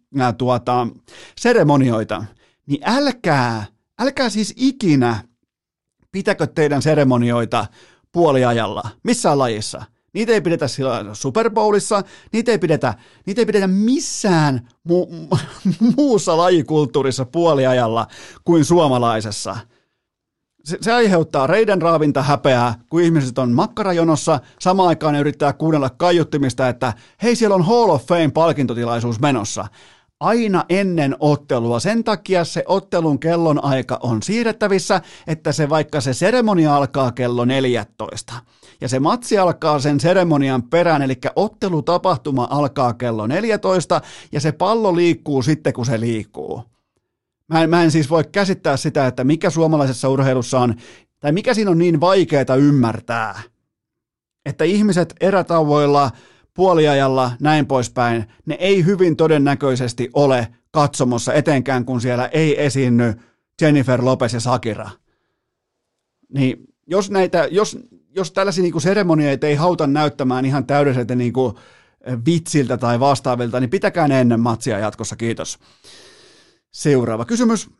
seremonioita, niin älkää siis ikinä pitäkö teidän seremonioita puoliajalla, missään lajissa. Niitä ei pidetä Super Bowlissa, niitä ei pidetä missään muussa lajikulttuurissa puoliajalla kuin suomalaisessa. Se aiheuttaa reiden raavinta häpeää, kun ihmiset on makkarajonossa, samaan aikaan ne yrittää kuunnella kaiuttimista, että hei, siellä on Hall of Fame-palkintotilaisuus menossa. Aina ennen ottelua. Sen takia se ottelun kellon aika on siirrettävissä, että vaikka se seremonia alkaa kello 14 ja se matsi alkaa sen seremonian perään, eli ottelutapahtuma alkaa kello 14 ja se pallo liikkuu sitten, kun se liikkuu. Mä en siis voi käsittää sitä, että mikä suomalaisessa urheilussa on, tai mikä siinä on niin vaikeaa ymmärtää, että ihmiset erätauoilla, puoliajalla, näin poispäin, ne ei hyvin todennäköisesti ole katsomossa, etenkään kun siellä ei esiinny Jennifer Lopez ja Shakira. Niin jos tällaisia niin kuin seremonioita ei hauta näyttämään ihan täydelliseltä niin kuin vitsiltä tai vastaavilta, niin pitäkää ne ennen matsia jatkossa, kiitos. Seuraava kysymys.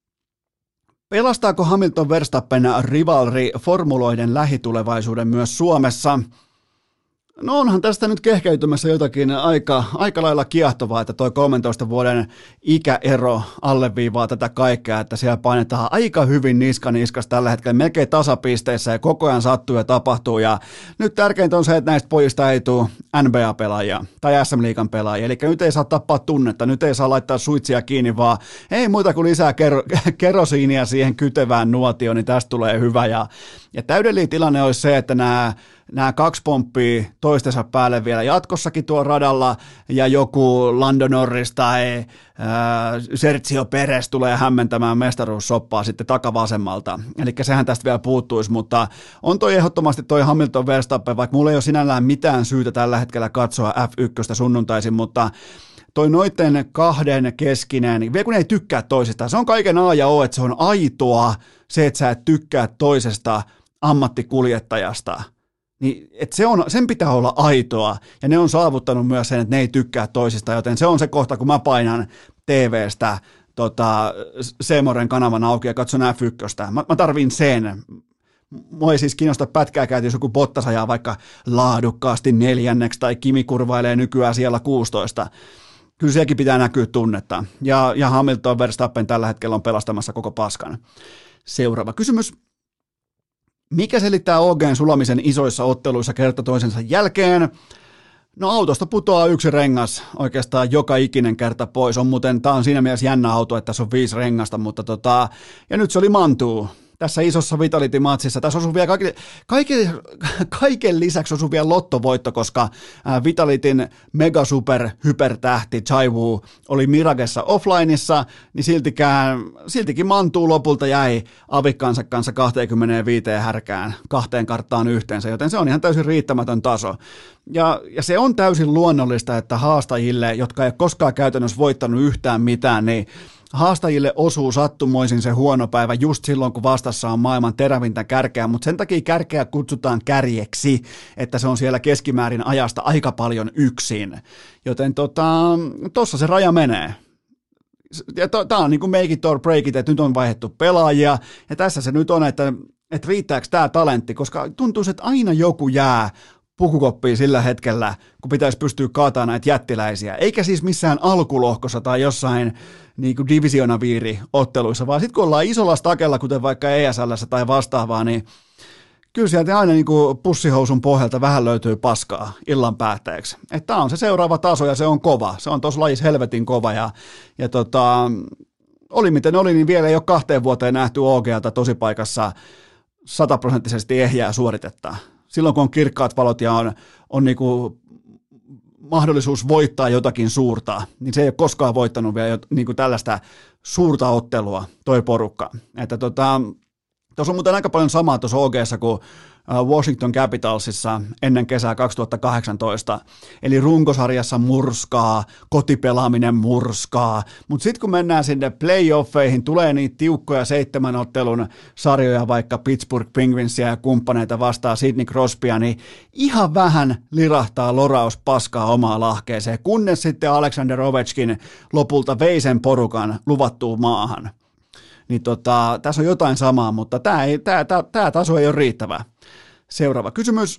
Pelastaako Hamilton Verstappen rivalry formuloiden lähitulevaisuuden myös Suomessa? No onhan tästä nyt kehkeytymässä jotakin aika lailla kiehtovaa, että toi 13 vuoden ikäero alleviivaa tätä kaikkea, että siellä painetaan aika hyvin niskasta tällä hetkellä, melkein tasapisteissä ja koko ajan sattuu ja tapahtuu. Ja nyt tärkeintä on se, että näistä pojista ei tule NBA-pelaajia tai SM-liigan pelaajia, eli nyt ei saa tappaa tunnetta, nyt ei saa laittaa suitsia kiinni, vaan ei muuta kuin lisää kerosiinia siihen kytevään nuotioon, niin tästä tulee hyvä. Ja täydellinen tilanne olisi se, että nämä 2 pomppia toistensa päälle vielä jatkossakin tuolla radalla ja joku Lando Norris tai Sergio Perez tulee hämmentämään mestaruussoppaa sitten takavasemmalta. Eli sehän tästä vielä puuttuisi, mutta on toi ehdottomasti toi Hamilton Verstappen, vaikka mulla ei ole sinällään mitään syytä tällä hetkellä katsoa F1 sunnuntaisin, mutta toi noitten kahden keskinen, vielä kun ei tykkää toisistaan, se on kaiken A ja O, että se on aitoa se, että sä et tykkää toisesta ammattikuljettajasta. Niin, että sen pitää olla aitoa, ja ne on saavuttanut myös sen, että ne ei tykkää toisista, joten se on se kohta, kun mä painan TV:stä Seemoren kanavan auki ja katson F1. Mä tarvin sen. Mua ei siis kiinnosta pätkääkään, jos joku Bottas ajaa vaikka laadukkaasti 4. tai Kimi kurvailee nykyään siellä 16. Kyllä sielläkin pitää näkyä tunnetta. Ja Hamilton Verstappen tällä hetkellä on pelastamassa koko paskan. Seuraava kysymys. Mikä selittää OG:n sulamisen isoissa otteluissa kerta toisensa jälkeen? No autosta putoaa 1 rengas oikeastaan joka ikinen kerta pois. Tämä on siinä mielessä jännä auto, että tässä on 5 rengasta, mutta ja nyt se oli Mantuu. Tässä isossa Vitality-matsissa. Tässä osui vielä kaiken lisäksi osui vielä lottovoitto, koska Vitalityn mega super hypertähti Chai Wu oli Miragessa offlineissa, niin siltikin Mantuu lopulta jäi avikkansa kanssa 25 härkään 2 karttaan yhteensä, joten se on ihan täysin riittämätön taso. Ja se on täysin luonnollista, että haastajille, jotka ei ole koskaan käytännössä voittanut yhtään mitään, niin haastajille osuu sattumoisin se huono päivä just silloin, kun vastassa on maailman terävintä kärkeä, mutta sen takia kärkeä kutsutaan kärjeksi, että se on siellä keskimäärin ajasta aika paljon yksin. Joten tossa se raja menee. Tämä on niin kuin make it or break it, että nyt on vaihdettu pelaajia, ja tässä se nyt on, että riittääkö tämä talentti, koska tuntuu, että aina joku jää pukukoppiin sillä hetkellä, kun pitäisi pystyä kaatamaan näitä jättiläisiä. Eikä siis missään alkulohkossa tai jossain niin kuin divisionaviiri-otteluissa, vaan sitten kun ollaan isolla stakella, kuten vaikka ESL:ssä tai vastaavaa, niin kyllä sieltä aina niin kuin pussihousun pohjalta vähän löytyy paskaa illan päätteeksi. Että tämä on se seuraava taso ja se on kova. Se on tuossa lajissa helvetin kova ja oli miten oli, niin vielä ei ole 2 vuoteen nähty OG:lta tosipaikassa 100% ehjää suoritetta. Silloin kun on kirkkaat valot ja on niin kuin mahdollisuus voittaa jotakin suurta, niin se ei ole koskaan voittanut vielä niin kuin tällaista suurta ottelua toi porukka. Että tuossa on muuten aika paljon samaa tuossa OG:ssa kuin Washington Capitalsissa ennen kesää 2018, eli runkosarjassa murskaa, kotipelaaminen murskaa, mutta sitten kun mennään sinne playoffeihin, tulee niitä tiukkoja 7 ottelun sarjoja, vaikka Pittsburgh Penguinsia ja kumppaneita vastaa Sidney Crosbya, niin ihan vähän lirahtaa loraus paskaa omaa lahkeeseen, kunnes sitten Alexander Ovechkin lopulta vei sen porukan luvattuun maahan. Niin tässä on jotain samaa, mutta tämä taso ei ole riittävä. Seuraava kysymys.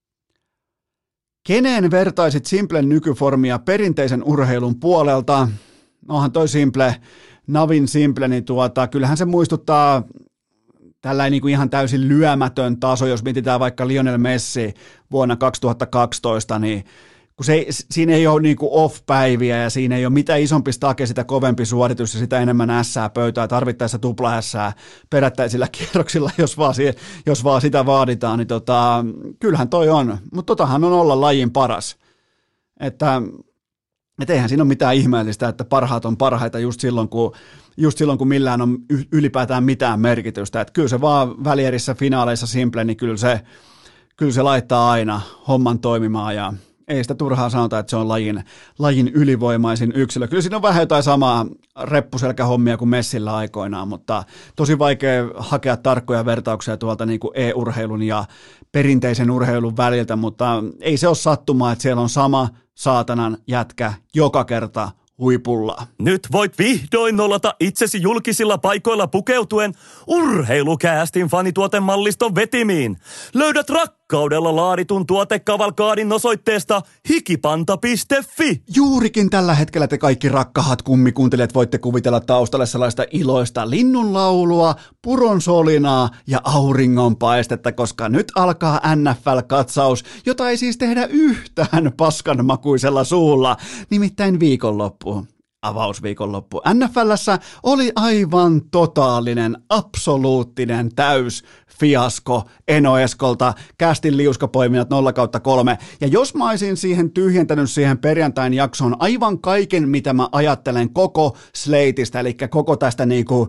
Kenen vertaisit Simplen nykyformia perinteisen urheilun puolelta? Onhan toi Navin Simple, niin kyllähän se muistuttaa tällainen niin kuin ihan täysin lyömätön taso, jos mietitään vaikka Lionel Messi vuonna 2012, niin kun siinä ei ole niin kuin off-päiviä ja siinä ei ole mitään isompi stake, sitä kovempi suoritus ja sitä enemmän ässää pöytää, tarvittaessa tupla ässää perättäisillä kierroksilla, jos vaan sitä vaaditaan, niin kyllähän toi on, mutta totahan on olla lajin paras, että eihän siinä ole mitään ihmeellistä, että parhaat on parhaita just silloin, kun millään on ylipäätään mitään merkitystä, että kyllä se vaan välierissä finaaleissa Simple, niin kyllä se laittaa aina homman toimimaan ja ei sitä turhaa sanota, että se on lajin ylivoimaisin yksilö. Kyllä siinä on vähän jotain samaa reppuselkähommia kuin Messillä aikoinaan, mutta tosi vaikea hakea tarkkoja vertauksia tuolta niin kuin e-urheilun ja perinteisen urheilun väliltä, mutta ei se ole sattumaa, että siellä on sama saatanan jätkä joka kerta huipulla. Nyt voit vihdoin nollata itsesi julkisilla paikoilla pukeutuen Urheilukäästin fanituotemalliston vetimiin. Löydät rakkaudella laaditun tuotekavalkaadin osoitteesta hikipanta.fi. Juurikin tällä hetkellä te kaikki rakkahat kummikuuntelijat voitte kuvitella taustalle sellaista iloista linnunlaulua, puronsolinaa ja auringonpaistetta, koska nyt alkaa NFL-katsaus, jota ei siis tehdä yhtään paskanmakuisella suulla, nimittäin viikonloppu. Avausviikonloppu. NFL:ssä oli aivan totaalinen, absoluuttinen fiasko Eno Eskolta, Kästin liuskapoiminnat 0/3. Ja jos mä olisin tyhjentänyt siihen perjantain jaksoon aivan kaiken, mitä mä ajattelen koko slateista, eli koko tästä niinku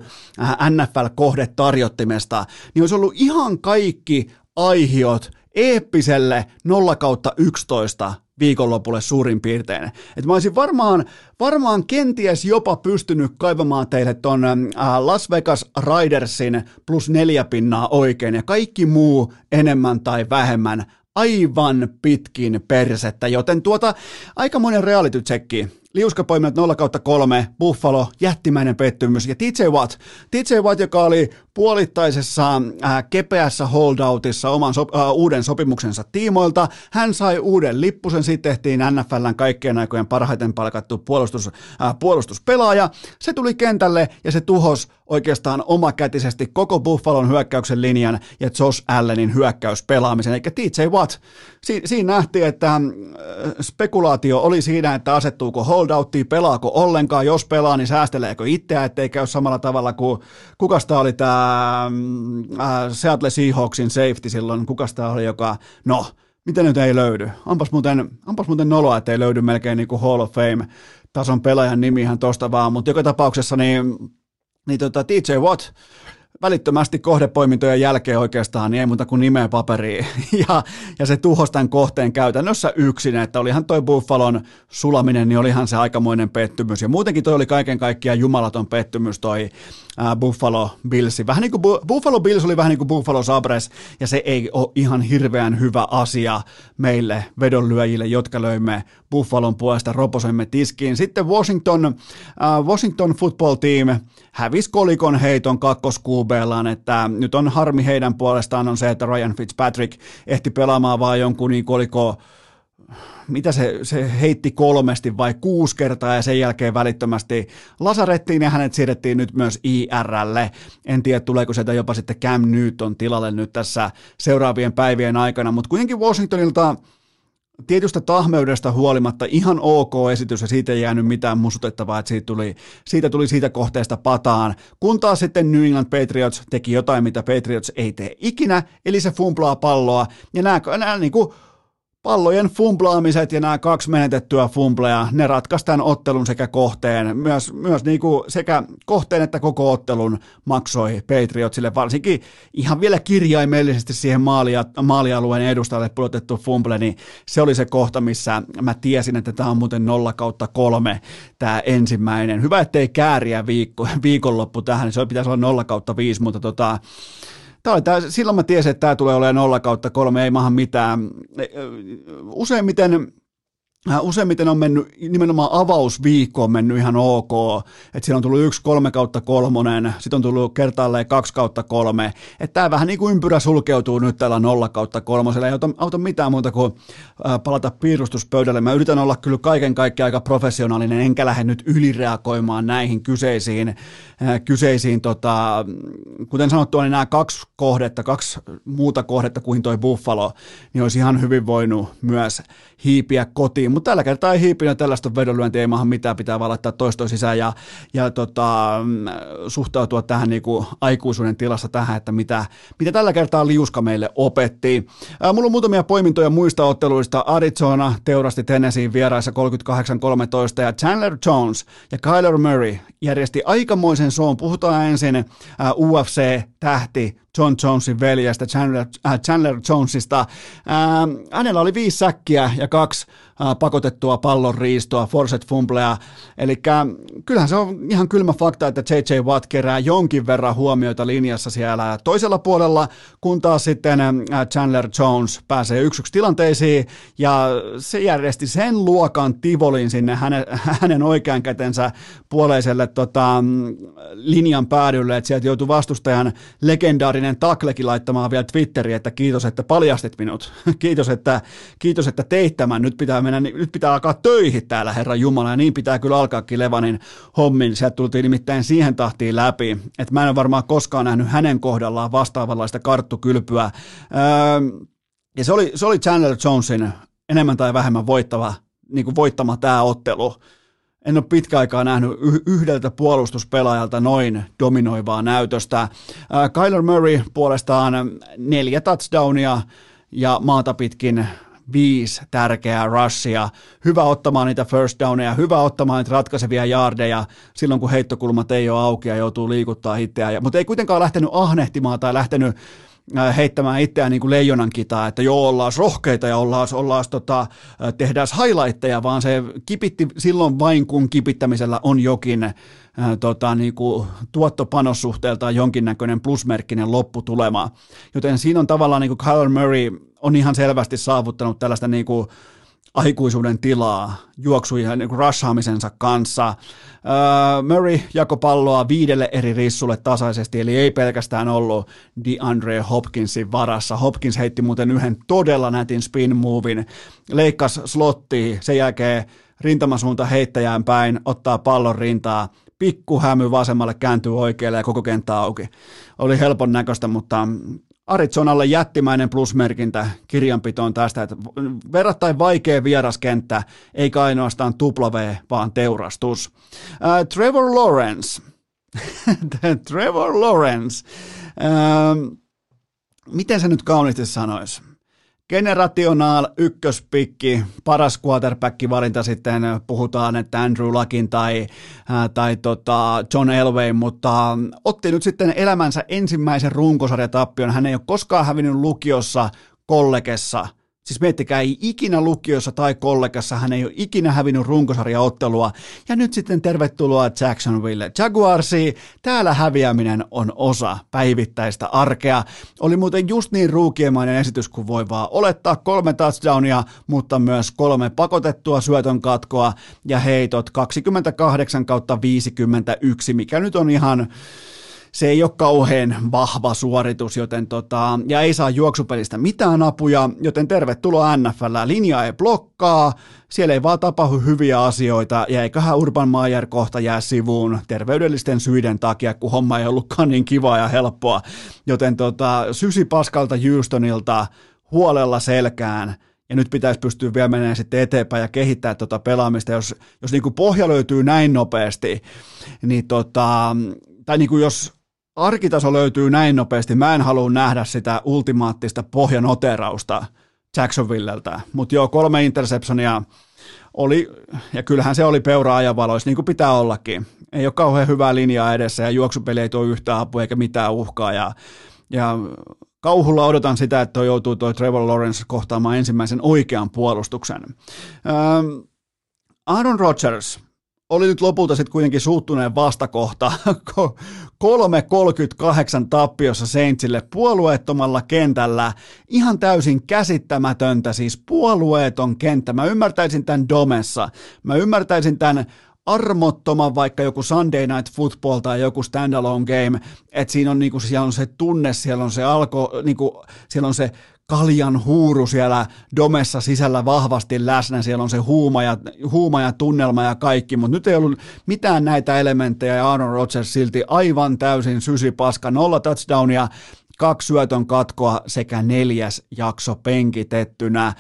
NFL-kohdetarjottimesta, niin olisi ollut ihan kaikki aihiot eeppiselle 0/11 viikonlopulle suurin piirtein. Et mä olisin varmaan kenties jopa pystynyt kaivamaan teille ton Las Vegas Ridersin +4 pinnaa oikein ja kaikki muu enemmän tai vähemmän aivan pitkin persettä, joten aikamoinen reality-tsekki. Liuskapoiminnat 0/3, Buffalo, jättimäinen pettymys ja TJ Watt, joka oli puolittaisessa kepeässä holdoutissa oman uuden sopimuksensa tiimoilta. Hän sai uuden lippusen, sitten tehtiin NFL:n kaikkien aikojen parhaiten palkattu puolustuspelaaja. Se tuli kentälle ja se tuhosi oikeastaan omakätisesti koko Buffalon hyökkäyksen linjan ja Josh Allenin hyökkäyspelaamisen. Eli TJ Watt, siinä nähtiin, että spekulaatio oli siinä, että asettuuko holdouttiin, pelaako ollenkaan, jos pelaa, niin säästeleekö itseä, ettei käy samalla tavalla kuin kukasta oli tämä Seattle Seahawksin safety silloin, kukasta oli, joka, no, miten nyt ei löydy? Onpas muuten noloa, että ei löydy melkein niin kuin Hall of Fame-tason pelaajan nimi ihan tosta vaan, mutta joka tapauksessa niin TJ Watt välittömästi kohdepoimintojen jälkeen oikeastaan niin ei muuta kuin nimeä paperiin ja se tuhosi tämän kohteen käytännössä yksin, että olihan toi Buffalon sulaminen, niin olihan se aikamoinen pettymys ja muutenkin toi oli kaiken kaikkiaan jumalaton pettymys toi Buffalo Bills. Vähän niin kuin Buffalo Bills oli vähän niin kuin Buffalo Sabres ja se ei ole ihan hirveän hyvä asia meille vedonlyöjille, jotka löimme Buffalon puolesta, roposoimme tiskiin. Sitten Washington Football Team hävisi kolikon heiton kakkoskuubellaan, että nyt on harmi heidän puolestaan on se, että Ryan Fitzpatrick ehti pelaamaan vaan jonkun niin koliko, mitä se heitti 3 vai 6 kertaa ja sen jälkeen välittömästi lasarettiin ja hänet siirrettiin nyt myös IR:lle. En tiedä, tuleeko sieltä jopa sitten Cam Newton tilalle nyt tässä seuraavien päivien aikana, mutta kuitenkin Washingtonilta tietystä tahmeudesta huolimatta ihan ok esitys ja siitä ei jäänyt mitään musutettavaa, että siitä tuli siitä kohteesta pataan, kun taas sitten New England Patriots teki jotain, mitä Patriots ei tee ikinä, eli se fumplaa palloa ja nämä niin kuin pallojen fumplaamiset ja nämä 2 menetettyä fumbleja, ne ratkaisi tämän ottelun sekä kohteen, myös niin kuin sekä kohteen että koko ottelun maksoi Patriotsille, varsinkin ihan vielä kirjaimellisesti siihen maalialueen edustajalle pudotettu fumble, niin se oli se kohta, missä mä tiesin, että tämä on muuten 0/3 tämä ensimmäinen. Hyvä, ettei kääriä viikonloppu tähän, niin se pitäisi olla 0/5, mutta silloin mä tiesin, että tämä tulee olemaan 0/3, ei maahan mitään. Useimmiten on mennyt, nimenomaan avausviikko on mennyt ihan ok, että siinä on tullut 1 3/3, sitten on tullut kertaalleen 2/3, että tämä vähän niin kuin ympyrä sulkeutuu nyt tällä 0/3, ei auta mitään muuta kuin palata piirustuspöydälle. Mä yritän olla kyllä kaiken kaikkiaan aika professionaalinen, enkä lähde nyt ylireagoimaan näihin kyseisiin kuten sanottua, niin nämä 2 muuta kohdetta kuin toi Buffalo, niin olisi ihan hyvin voinut myös hiipiä kotiin, mutta tällä kertaa ei hiipinyt, tällaista vedonlyöntiä ei maahan mitään, pitää vaan laittaa toistoa sisään ja suhtautua tähän niin kuin aikuisuuden tilassa tähän, että mitä tällä kertaa liuska meille opetti. Mulla on muutamia poimintoja muista otteluista. Arizona teurasti Tennesseein vieraissa 38-13 ja Chandler Jones ja Kyler Murray järjesti aikamoisen shown. Puhutaan ensin UFC-tähti John Jonesin veljestä, Chandler Jonesista. Hänellä oli 5 säkkiä ja 2 pakotettua pallon riistoa, forced fumblea. Eli kyllähän se on ihan kylmä fakta, että J.J. Watt kerää jonkin verran huomioita linjassa siellä toisella puolella, kun taas sitten Chandler Jones pääsee 1-1 tilanteisiin, ja se järjesti sen luokan tivolin sinne hänen oikean kätensä puoleiselle linjan päädylle, että sieltä joutui vastustajan legendaarinen taklekin laittamaan vielä Twitteriin, että kiitos, että paljastit minut. kiitos, että teit tämän. Nyt pitää alkaa töihin täällä, Herran Jumala, ja niin pitää kyllä alkaakin Levanin hommin. Sieltä tultiin nimittäin siihen tahtiin läpi, että mä en ole varmaan koskaan nähnyt hänen kohdallaan vastaavanlaista karttukylpyä. Ja se oli Chandler Jonesin enemmän tai vähemmän voittama tämä ottelu. En ole pitkä aikaa nähnyt yhdeltä puolustuspelaajalta noin dominoivaa näytöstä. Kyler Murray puolestaan 4 touchdownia ja maata pitkin 5 tärkeää rushia. Hyvä ottamaan niitä first downeja, hyvä ottamaan niitä ratkaisevia yardeja silloin, kun heittokulmat ei ole auki ja joutuu liikuttaa itseään. Mutta ei kuitenkaan lähtenyt ahnehtimaan tai lähtenyt heittämään itseään niin kuin leijonan kitaa, että joo, ollaan rohkeita ja tehdään highlightteja, vaan se kipitti silloin vain, kun kipittämisellä on jokin niin kuin tuottopanossuhteeltaan jonkinnäköinen plusmerkkinen lopputulema. Joten siinä on tavallaan niin kuin Kyler Murray on ihan selvästi saavuttanut tällaista niin kuin aikuisuuden tilaa juoksujen niin rushaamisensa kanssa. Murray jakoi palloa 5 eri rissulle tasaisesti, eli ei pelkästään ollut DeAndre Hopkinsin varassa. Hopkins heitti muuten yhden todella nätin spin movin, leikkasi slottiin, sen jälkeen rintamasuunta heittäjään päin, ottaa pallon rintaa, pikku hämy vasemmalle, kääntyy oikealle ja koko kenttä auki. Oli helpon näköistä, mutta Arizonalle jättimäinen plusmerkintä kirjanpitoon tästä, että verrattain vaikea vieraskenttä, eikä ainoastaan W, vaan teurastus. Trevor Lawrence. Miten se nyt kauniisti sanoisi? Generational ykköspikki, paras quarterback-valinta sitten, puhutaan, että Andrew Luckin tai John Elway, mutta otti nyt sitten elämänsä ensimmäisen runkosarjatappion. Hän ei ole koskaan hävinnyt lukiossa, kollegessa. Siis miettikää, ei ikinä lukiossa tai kollegassa, hän ei ole ikinä hävinnyt runkosarjaottelua. Ja nyt sitten tervetuloa Jacksonville Jaguarsiin. Täällä häviäminen on osa päivittäistä arkea. Oli muuten just niin ruukiemainen esitys kuin voi vaan olettaa. 3 touchdownia, mutta myös 3 pakotettua syötön katkoa ja heitot 28/51, mikä nyt on ihan... Se ei ole kauhean vahva suoritus, joten ja ei saa juoksupelistä mitään apuja, joten tervetuloa NFL. Linja ei blokkaa, siellä ei vaan tapahdu hyviä asioita, ja eiköhän Urban Meyer kohta jää sivuun terveydellisten syiden takia, kun homma ei ollutkaan niin kivaa ja helppoa. Joten sysi paskalta Houstonilta huolella selkään, ja nyt pitäisi pystyä vielä menemään sitten eteenpäin ja kehittää pelaamista, jos niin kuin pohja löytyy näin nopeasti, niin tai niin kuin jos arkitaso löytyy näin nopeasti, mä en halua nähdä sitä ultimaattista pohjanoterausta Jacksonvilleltä, mutta joo, 3 interceptionia oli, ja kyllähän se oli peura ajanvaloissa, niin kuin pitää ollakin. Ei ole kauhean hyvää linjaa edessä, ja juoksupeli ei tuo yhtään apua eikä mitään uhkaa, ja kauhulla odotan sitä, että joutuu tuo Trevor Lawrence kohtaamaan ensimmäisen oikean puolustuksen. Aaron Rodgers oli nyt lopulta sitten kuitenkin suuttuneen vastakohta 3:38 tappiossa Saintsille puolueettomalla kentällä. Ihan täysin käsittämätöntä, siis puolueeton kenttä. Mä ymmärtäisin tämän Domessa. Mä ymmärtäisin tämän armottoman vaikka joku Sunday Night Football tai joku standalone game, että siinä on, niinku, siellä on se tunne, siellä on se siellä on se kaljan huuru siellä domessa sisällä vahvasti läsnä, siellä on se huuma ja tunnelma ja kaikki, mutta nyt ei ollut mitään näitä elementtejä ja Aaron Rodgers silti aivan täysin sysipaska, 0 touchdownia, 2 syötön katkoa sekä 4. jakso penkitettynä.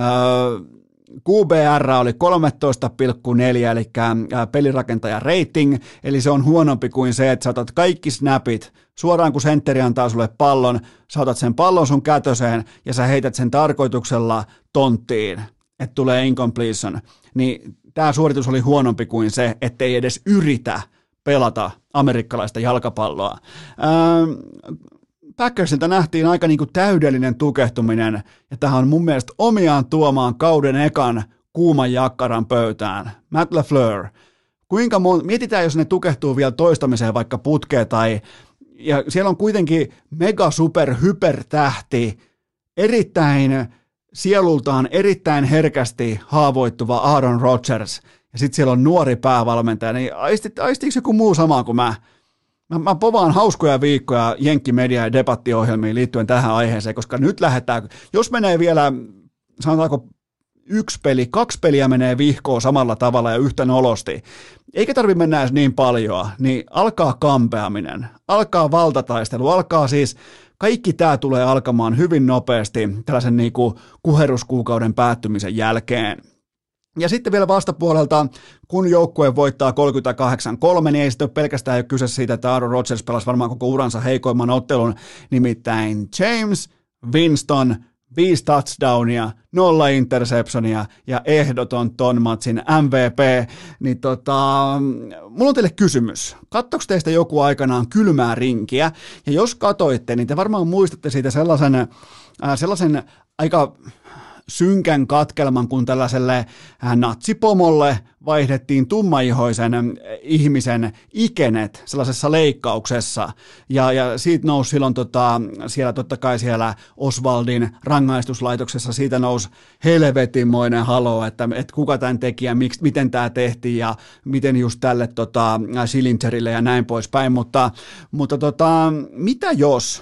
QBR oli 13,4, eli pelirakentajan rating, eli se on huonompi kuin se, että sä otat kaikki snapit, suoraan kun sentteri antaa sulle pallon, sä otat sen pallon sun kätöseen ja sä heität sen tarkoituksella tonttiin, että tulee incompletion, niin tämä suoritus oli huonompi kuin se, ettei edes yritä pelata amerikkalaista jalkapalloa. Packersilta nähtiin aika niin kuin täydellinen tukehtuminen, ja tähän on mun mielestä omiaan tuomaan kauden ekan kuuman jakkaran pöytään. Matt LaFleur. Mietitään, jos ne tukehtuu vielä toistamiseen vaikka putkeen ja siellä on kuitenkin mega super hypertähti, erittäin sielultaan erittäin herkästi haavoittuva Aaron Rodgers, ja sitten siellä on nuori päävalmentaja, niin aistiiko joku muu sama kuin mä? Mä povaan hauskoja viikkoja jenkkimedia- ja debattiohjelmiin liittyen tähän aiheeseen, koska nyt lähdetään, jos menee vielä, sanotaanko 2 peliä menee vihkoon samalla tavalla ja yhtä nolosti, eikä tarvitse mennä edes niin paljon, niin alkaa kampeaminen, alkaa valtataistelu, alkaa siis, kaikki tämä tulee alkamaan hyvin nopeasti tällaisen niin kuin kuheruskuukauden päättymisen jälkeen. Ja sitten vielä vastapuolelta, kun joukkue voittaa 38-3, niin ei sitten ole pelkästään kyse siitä, että Aaron Rodgers pelasi varmaan koko uransa heikoimman ottelun, nimittäin James Winston, 5 touchdownia, 0 interceptionia ja ehdoton ton matsin MVP, niin mulla on teille kysymys. Katsoiko teistä joku aikanaan Kylmää rinkiä? Ja jos katoitte, niin te varmaan muistatte siitä sellaisen aika synkän katkelman, kun tällaiselle natsipomolle vaihdettiin tummaihoisen ihmisen ikenet sellaisessa leikkauksessa, ja siitä nousi silloin siellä totta kai siellä Oswaldin rangaistuslaitoksessa, siitä nousi helvetinmoinen halo, että kuka tämän teki ja miten tämä tehtiin ja miten just tälle Schillingerille ja näin poispäin, mutta mitä jos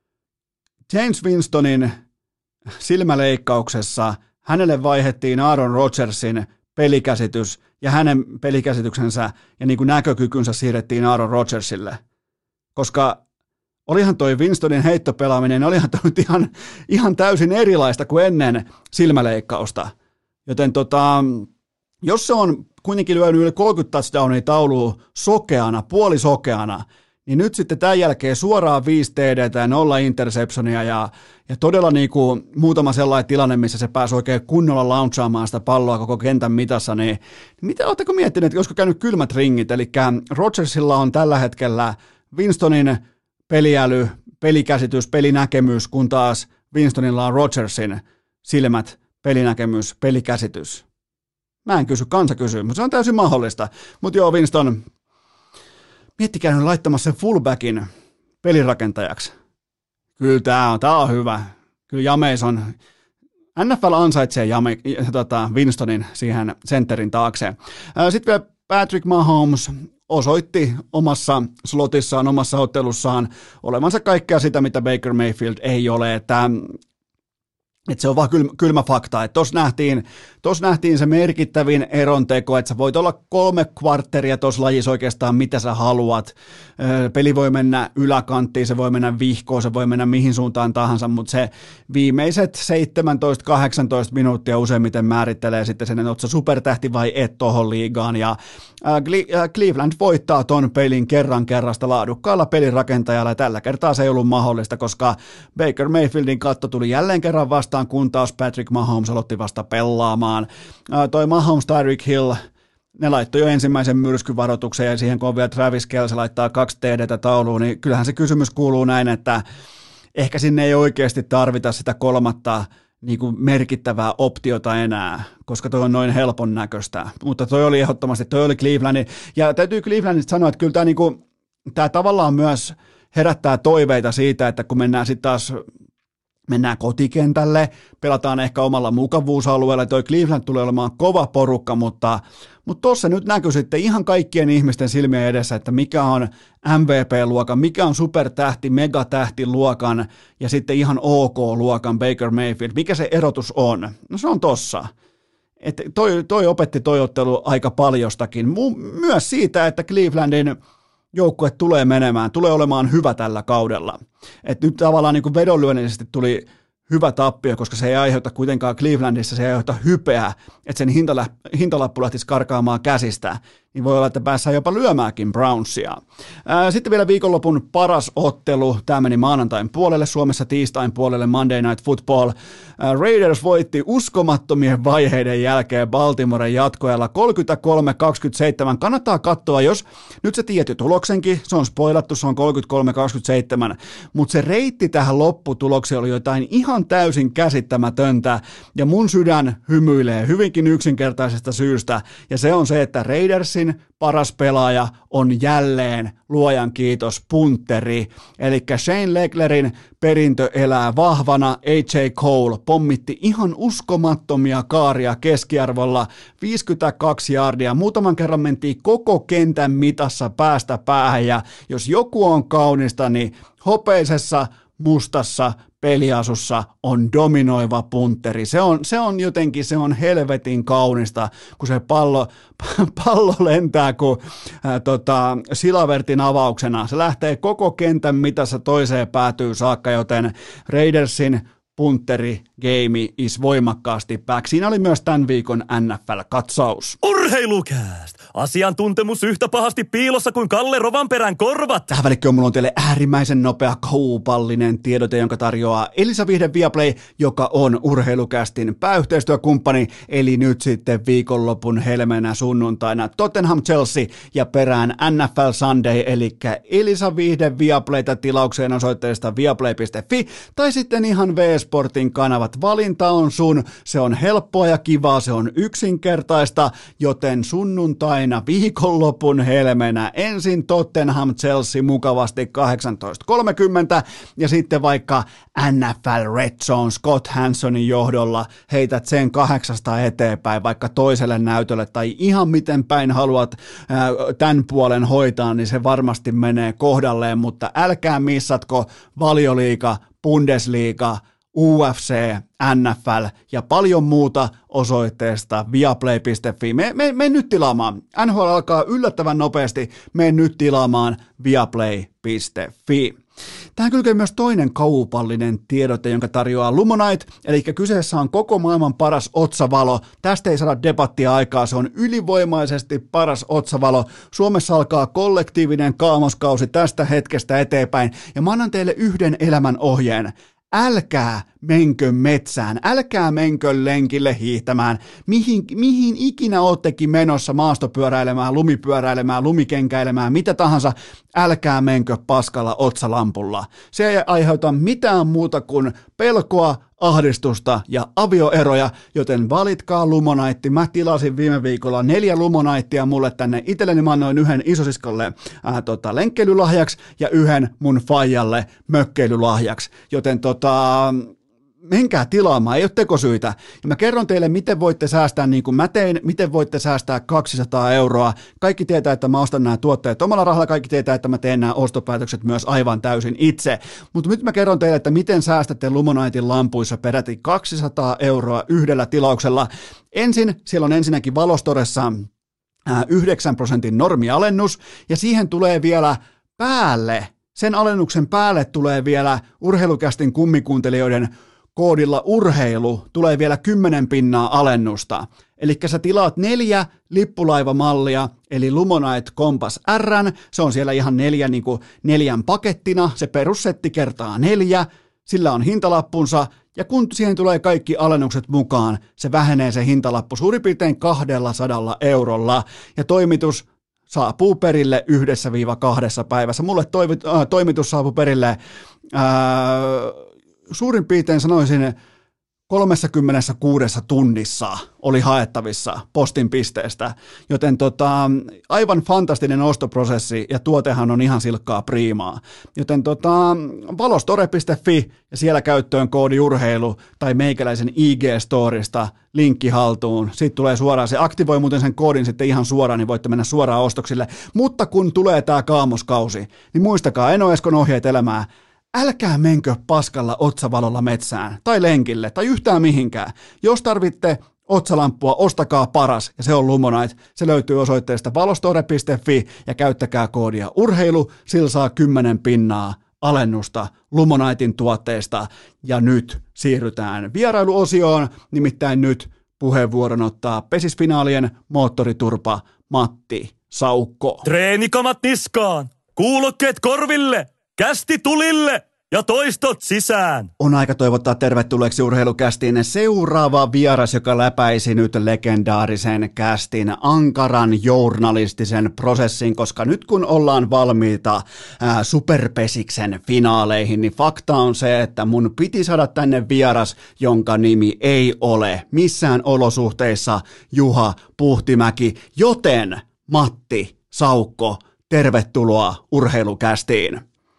James Winstonin silmäleikkauksessa hänelle vaihdettiin Aaron Rodgersin pelikäsitys ja hänen pelikäsityksensä ja niin kuin näkökykynsä siirrettiin Aaron Rodgersille, koska olihan toi Winstonin heittopelaaminen, olihan toi nyt ihan täysin erilaista kuin ennen silmäleikkausta, joten jos se on kuitenkin lyönyt yli 30 touchdownia tauluun sokeana, puolisokeana, niin nyt sitten tämän jälkeen suoraan 5 TD:tä ja 0 interceptionia ja todella niin kuin muutama sellainen tilanne, missä se pääsi oikein kunnolla launchaamaan sitä palloa koko kentän mitassa, niin mitä ootteko miettineet, että olisiko käynyt kylmät ringit, eli Rodgersilla on tällä hetkellä Winstonin peliäly, pelikäsitys, pelinäkemys, kun taas Winstonilla on Rodgersin silmät, pelinäkemys, pelikäsitys. Mä en kysy, kansa kysyy, mutta se on täysin mahdollista, mutta joo, Winston, miettikää nyt laittamassa sen fullbackin pelirakentajaksi. Kyllä tämä on hyvä. Kyllä Jameis on, NFL ansaitsee Winstonin siihen centerin taakse. Sitten vielä Patrick Mahomes osoitti omassa slotissaan, omassa ottelussaan olevansa kaikkea sitä, mitä Baker Mayfield ei ole, että se on vaan kylmä fakta, että tuossa nähtiin se merkittävin eronteko, että sä voit olla 3 kvartteria tuossa lajissa oikeastaan mitä sä haluat. Peli voi mennä yläkanttiin, se voi mennä vihkoon, se voi mennä mihin suuntaan tahansa, mutta se viimeiset 17-18 minuuttia useimmiten määrittelee sitten sen, että oot sä supertähti vai et tohon liigaan. Ja Cleveland voittaa ton pelin kerrasta laadukkaalla pelirakentajalla, ja tällä kertaa se ei ollut mahdollista, koska Baker Mayfieldin katto tuli jälleen kerran vastaan, kun taas Patrick Mahomes aloitti vasta pelaamaan. Toi Mahomes, Tyreek Hill, ne laittoi jo ensimmäisen myrskyvaroituksen, ja siihen kun vielä Travis Kelce laittaa 2 TD:tä tauluun, niin kyllähän se kysymys kuuluu näin, että ehkä sinne ei oikeasti tarvita sitä 3. niin kuin merkittävää optiota enää, koska toi on noin helpon näköistä. Mutta toi oli ehdottomasti, toi oli Clevelandin, ja täytyy Clevelandista sanoa, että kyllä tämä niinku, tavallaan myös herättää toiveita siitä, että kun mennään kotikentälle, pelataan ehkä omalla mukavuusalueella, toi Cleveland tulee olemaan kova porukka, mutta tuossa nyt näkyy sitten ihan kaikkien ihmisten silmien edessä, että mikä on MVP-luokan, mikä on supertähti, megatähtiluokan ja sitten ihan OK-luokan Baker Mayfield, mikä se erotus on? No se on tossa. Että toi opetti toi ottelu aika paljostakin, myös siitä, että Clevelandin joukkue tulee olemaan hyvä tällä kaudella. Et nyt tavallaan niin kuin vedonlyönnillisesti tuli hyvä tappio, koska se ei aiheuta kuitenkaan Clevelandissa, se ei aiheuta hypeä, että sen hintalappu lähtisi karkaamaan käsistä, niin voi olla, että päässään jopa lyömäänkin Brownsia. Sitten vielä viikonlopun paras ottelu, tämä meni maanantain puolelle, Suomessa tiistain puolelle Monday Night Football. Raiders voitti uskomattomien vaiheiden jälkeen Baltimoren jatkoajalla 33-27. Kannattaa katsoa, jos nyt sä tiedät jo tuloksenkin, se on spoilattu, se on 33-27, mutta se reitti tähän lopputulokseen oli jotain ihan täysin käsittämätöntä, ja mun sydän hymyilee hyvinkin yksinkertaisesta syystä, ja se on se, että Raidersin paras pelaaja on jälleen, luojan kiitos, punteri. Eli Shane Leclercin perintö elää vahvana. AJ Cole pommitti ihan uskomattomia kaaria keskiarvolla, 52 yardia. Muutaman kerran mentiin koko kentän mitassa päästä päähän, ja jos joku on kaunista, niin hopeisessa mustassa peliasussa on dominoiva punteri. Se on jotenkin, se on helvetin kaunista, kun se pallo lentää kuin Silavertin avauksena. Se lähtee koko kentän mitassa toiseen päätyy saakka, joten Raidersin punteri game is voimakkaasti back. Siinä oli myös tämän viikon NFL-katsaus. Urheilukääst! Asiantuntemus yhtä pahasti piilossa kuin Kalle Rovanperän korvat. Tähän välikköön mulla on teille äärimmäisen nopea kaupallinen tiedote, jonka tarjoaa Elisa Vihde Viaplay, joka on Urheilukästin pääyhteistyökumppani. Eli nyt sitten viikonlopun helmenä sunnuntaina Tottenham Chelsea ja perään NFL Sunday, eli Elisa Vihde Viaplayta tilaukseen osoitteesta viaplay.fi tai sitten ihan V-Sportin kanavat. Valinta on sun, se on helppoa ja kivaa, se on yksinkertaista, joten sunnuntaina viikonlopun helmenä ensin Tottenham Chelsea mukavasti 18.30 ja sitten vaikka NFL Red Zone Scott Hansonin johdolla heität sen 8 eteenpäin vaikka toiselle näytölle tai ihan miten päin haluat tämän puolen hoitaa, niin se varmasti menee kohdalleen, mutta älkää missatko Valioliiga, Bundesliga, UFC, NFL ja paljon muuta osoitteesta viaplay.fi. Me nyt tilaamaan. NHL alkaa yllättävän nopeasti. Me nyt tilaamaan viaplay.fi. Tähän kylkee myös toinen kaupallinen tiedote, jonka tarjoaa Lumonite, eli kyseessä on koko maailman paras otsavalo. Tästä ei saada debattia aikaa, se on ylivoimaisesti paras otsavalo. Suomessa alkaa kollektiivinen kaamoskausi tästä hetkestä eteenpäin, ja mä annan teille yhden elämän ohjeen. Älkää menkö metsään, älkää menkö lenkille hiihtämään, mihin ikinä oottekin menossa maastopyöräilemään, lumipyöräilemään, lumikenkäilemään, mitä tahansa, älkää menkö paskalla otsalampulla. Se ei aiheuta mitään muuta kuin pelkoa, ahdistusta ja avioeroja, joten valitkaa Lumonite. Mä tilasin viime viikolla 4 Lumonitea mulle tänne itselleni, mä annoin yhden isosiskolle lenkkeilylahjaksi ja yhden mun faijalle mökkeilylahjaksi, joten menkää tilaamaan, ei ole tekosyitä. Ja mä kerron teille, miten voitte säästää niin kuin mä tein, miten voitte säästää 200 €. Kaikki tietää, että mä ostan nämä tuotteet omalla rahalla, kaikki tietää, että mä teen nämä ostopäätökset myös aivan täysin itse. Mutta nyt mä kerron teille, että miten säästätte Lumonitein lampuissa peräti 200 € yhdellä tilauksella. Ensin, siellä on ensinnäkin Valostoressa 9% normialennus, ja siihen tulee vielä päälle, sen alennuksen päälle tulee vielä Urheilukästin kummikuuntelijoiden koodilla urheilu tulee vielä 10% alennusta. Eli sä tilaat 4 lippulaivamallia, eli Lumonite Compass R:n, se on siellä ihan 4 pakettina, se perussetti kertaa 4, sillä on hintalappunsa, ja kun siihen tulee kaikki alennukset mukaan, se vähenee se hintalappu suurin piirtein 200 €, ja toimitus saapuu perille 1-2 päivässä. Mulle toimitus saapui perille suurin piirtein sanoisin 36 tunnissa oli haettavissa postin pisteestä, joten aivan fantastinen ostoprosessi ja tuotehan on ihan silkkaa priimaa, joten valostore.fi ja siellä käyttöön koodi urheilu tai meikäläisen IG-storista linkki haltuun, siitä tulee suoraan, se aktivoi muuten sen koodin sitten ihan suoraan, niin voitte mennä suoraan ostoksille, mutta kun tulee tämä kaamoskausi, niin muistakaa Eno Eskon ohjeet elämää. Älkää menkö paskalla otsavalolla metsään tai lenkille tai yhtään mihinkään. Jos tarvitte otsalamppua, ostakaa paras ja se on Lumonite. Se löytyy osoitteesta valostore.fi ja käyttäkää koodia urheilu, sillä saa 10% alennusta Lumonaitin tuotteesta. Ja nyt siirrytään vierailuosioon, nimittäin nyt puheenvuoron ottaa pesisfinaalien moottoriturpa Matti Saukko. Treenikamat niskaan, kuulokkeet korville, kästi tulille ja toistot sisään. On aika toivottaa tervetulleeksi Urheilukästin seuraava vieras, joka läpäisi nyt legendaarisen kästin ankaran journalistisen prosessin, koska nyt kun ollaan valmiita Superpesiksen finaaleihin, niin fakta on se, että mun piti saada tänne vieras, jonka nimi ei ole missään olosuhteissa Juha Puhtimäki, joten Matti Saukko, tervetuloa Urheilukästiin.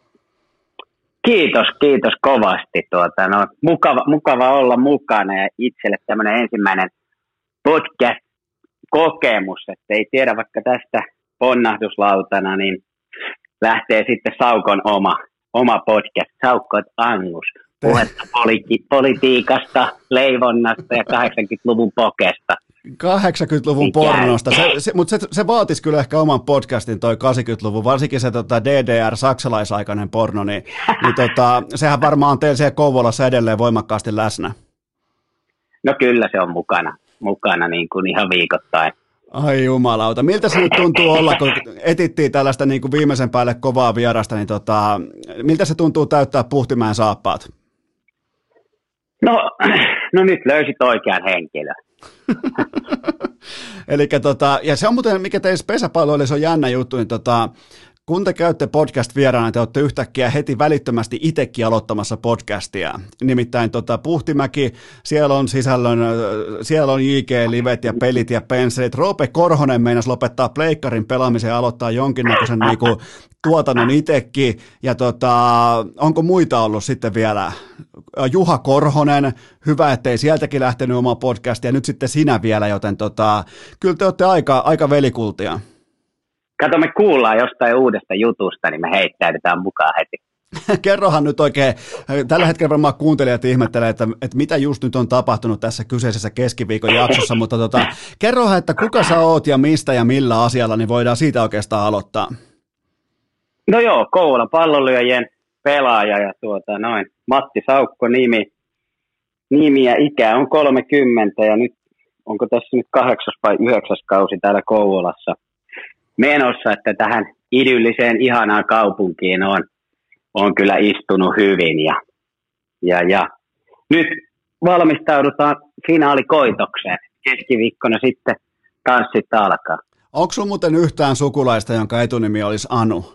Kiitos kovasti. Mukava olla mukana ja itselle tämmöinen ensimmäinen podcast-kokemus, että ei tiedä vaikka tästä ponnahduslautana, niin lähtee sitten Saukon oma podcast, Saukko Angus, puhetta politiikasta, leivonnasta ja 80-luvun pokesta. 80-luvun pornosta, mutta se vaatisi kyllä ehkä oman podcastin toi 80-luvun, varsinkin se DDR-saksalaisaikainen porno, niin sehän varmaan on teillä siellä Kouvolassa edelleen voimakkaasti läsnä. No kyllä se on mukana niin kuin ihan viikoittain. Ai jumalauta, miltä se nyt tuntuu olla, kun etittiin tällaista niin kuin viimeisen päälle kovaa vierasta, niin miltä se tuntuu täyttää Puhtimäen saappaat? No nyt löysit oikean henkilön. Elikkä ja se on muuten, mikä teissä pesäpalloille, se on jännä juttu, niin kun te käytte podcast-vieraana, te olette yhtäkkiä heti välittömästi itsekin aloittamassa podcastia. Nimittäin Puhtimäki, siellä on JG-livet ja pelit ja pensselit. Roope Korhonen meinasi lopettaa pleikkarin pelaamisen ja aloittaa jonkinnäköisen niinku tuotannon itsekin. Ja onko muita ollut sitten vielä? Juha Korhonen, hyvä, ettei sieltäkin lähtenyt oma podcast, ja nyt sitten sinä vielä, joten kyllä te olette aika velikultia. Kato, me kuullaan jostain uudesta jutusta, niin me heittäydytään mukaan heti. Kerrohan nyt oikein, tällä hetkellä varmaan kuuntelijat ihmettelee, että mitä just nyt on tapahtunut tässä kyseisessä keskiviikon jaksossa, mutta kerrohan, että kuka sä oot ja mistä ja millä asialla, niin voidaan siitä oikeastaan aloittaa. No joo, Kouvolan Pallonlyöjien pelaaja ja Matti Saukko nimi ja ikä on 30 ja nyt onko tässä nyt 8. vai 9. kausi täällä Kouvolassa menossa, että tähän idylliseen ihanaan kaupunkiin on kyllä istunut hyvin ja nyt valmistaudutaan finaalikoitokseen. Keskiviikkona sitten tanssit alkaa. Onko sulla muuten yhtään sukulaista, jonka etunimi olisi Anu?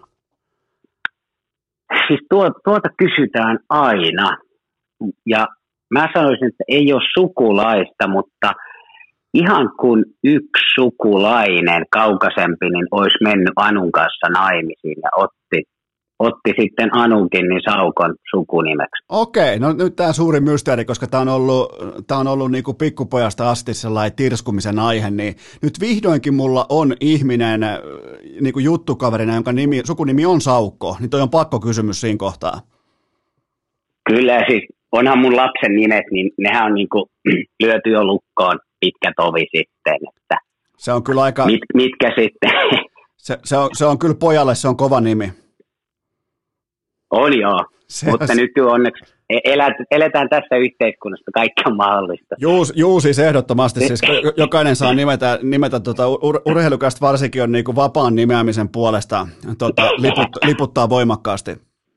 Siis tuota kysytään aina ja mä sanoisin, että ei ole sukulaista, mutta ihan kun yksi sukulainen kaukaisempi, niin olisi mennyt Anun kanssa naimisiin ja otti sitten Anunkin niin Saukon sukunimeksi. Okei, no nyt tämä suuri mysteeri, koska tämä on ollut niin kuin pikkupojasta asti sellainen tirskumisen aihe, niin nyt vihdoinkin mulla on ihminen niin kuin juttukaverina, jonka sukunimi on Saukko, niin toi on pakkokysymys siinä kohtaa. Kyllä siis, onhan mun lapsen nimet, niin nehän on niin kuin lyöty jo lukkoon pitkä tovi sitten, että se on kyllä aika... Mitkä sitten? Se on kyllä pojalle, se on kova nimi. On joo, mutta nyt onneksi eletään tässä yhteiskunnassa, kaikki on mahdollista. Siis ehdottomasti, siis jokainen saa nimetä Urheilukästä varsinkin on niinku vapaan nimeämisen puolesta liputtaa voimakkaasti.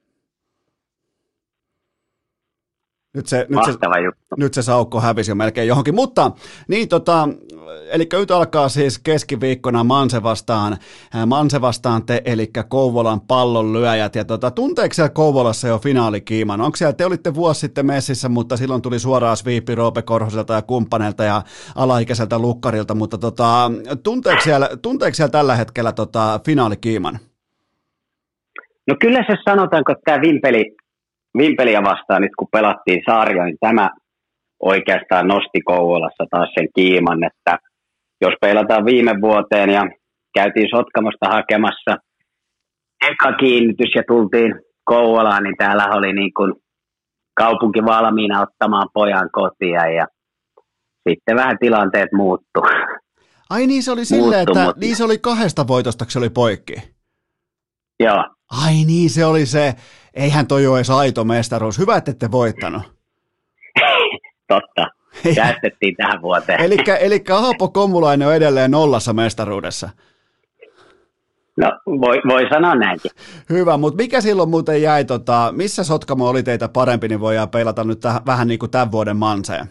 Nyt se Saukko hävisi jo melkein johonkin, mutta niin eli nyt alkaa siis keskiviikkona Manse vastaan te, eli Kouvolan Pallonlyöjät, ja tunteeko siellä Kouvolassa jo finaalikiiman? Onko siellä, te olitte vuosi sitten messissä, mutta silloin tuli suoraan sviippi Roope Korhoselta ja kumppaneilta ja alaikäiseltä lukkarilta, mutta tunteeko siellä tällä hetkellä finaalikiiman? No kyllä se sanotaanko, että tämä Vimpeliä vastaan nyt kun pelattiin sarja, niin tämä oikeastaan nosti Kouvolassa taas sen kiiman, että jos pelataan viime vuoteen ja käytiin Sotkamosta hakemassa eka kiinnitys ja tultiin Kouvolaan, niin täällä oli niin kuin kaupunki valmiina ottamaan pojan kotia ja sitten vähän tilanteet muuttu. Ai niin se oli silleen, että niin se oli 2 voitosta, se oli poikki. Joo. Ai niin, se oli se. Eihän toi ole edes aito mestaruus. Hyvä, että ette voittanut. Totta. Säästettiin tähän vuoteen. Eli Aapo Komulainen on edelleen nollassa mestaruudessa. No, voi sanoa näinkin. Hyvä, mutta mikä silloin muuten jäi, missä Sotkamo oli teitä parempi, niin voidaan peilata nyt vähän niin kuin tämän vuoden Manseen.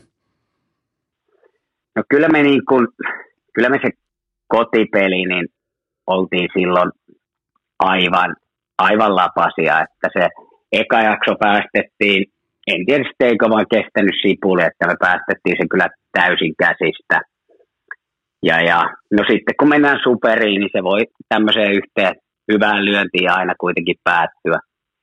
No kyllä me se kotipeli, niin oltiin silloin aivan lapasia, että se eka jakso päästettiin, en tiedä eikö vaan kestänyt sipuli, että me päästettiin se kyllä täysin käsistä. Ja no sitten kun mennään superiin, niin se voi tämmöiseen yhteen hyvään lyöntiin aina kuitenkin päättyä.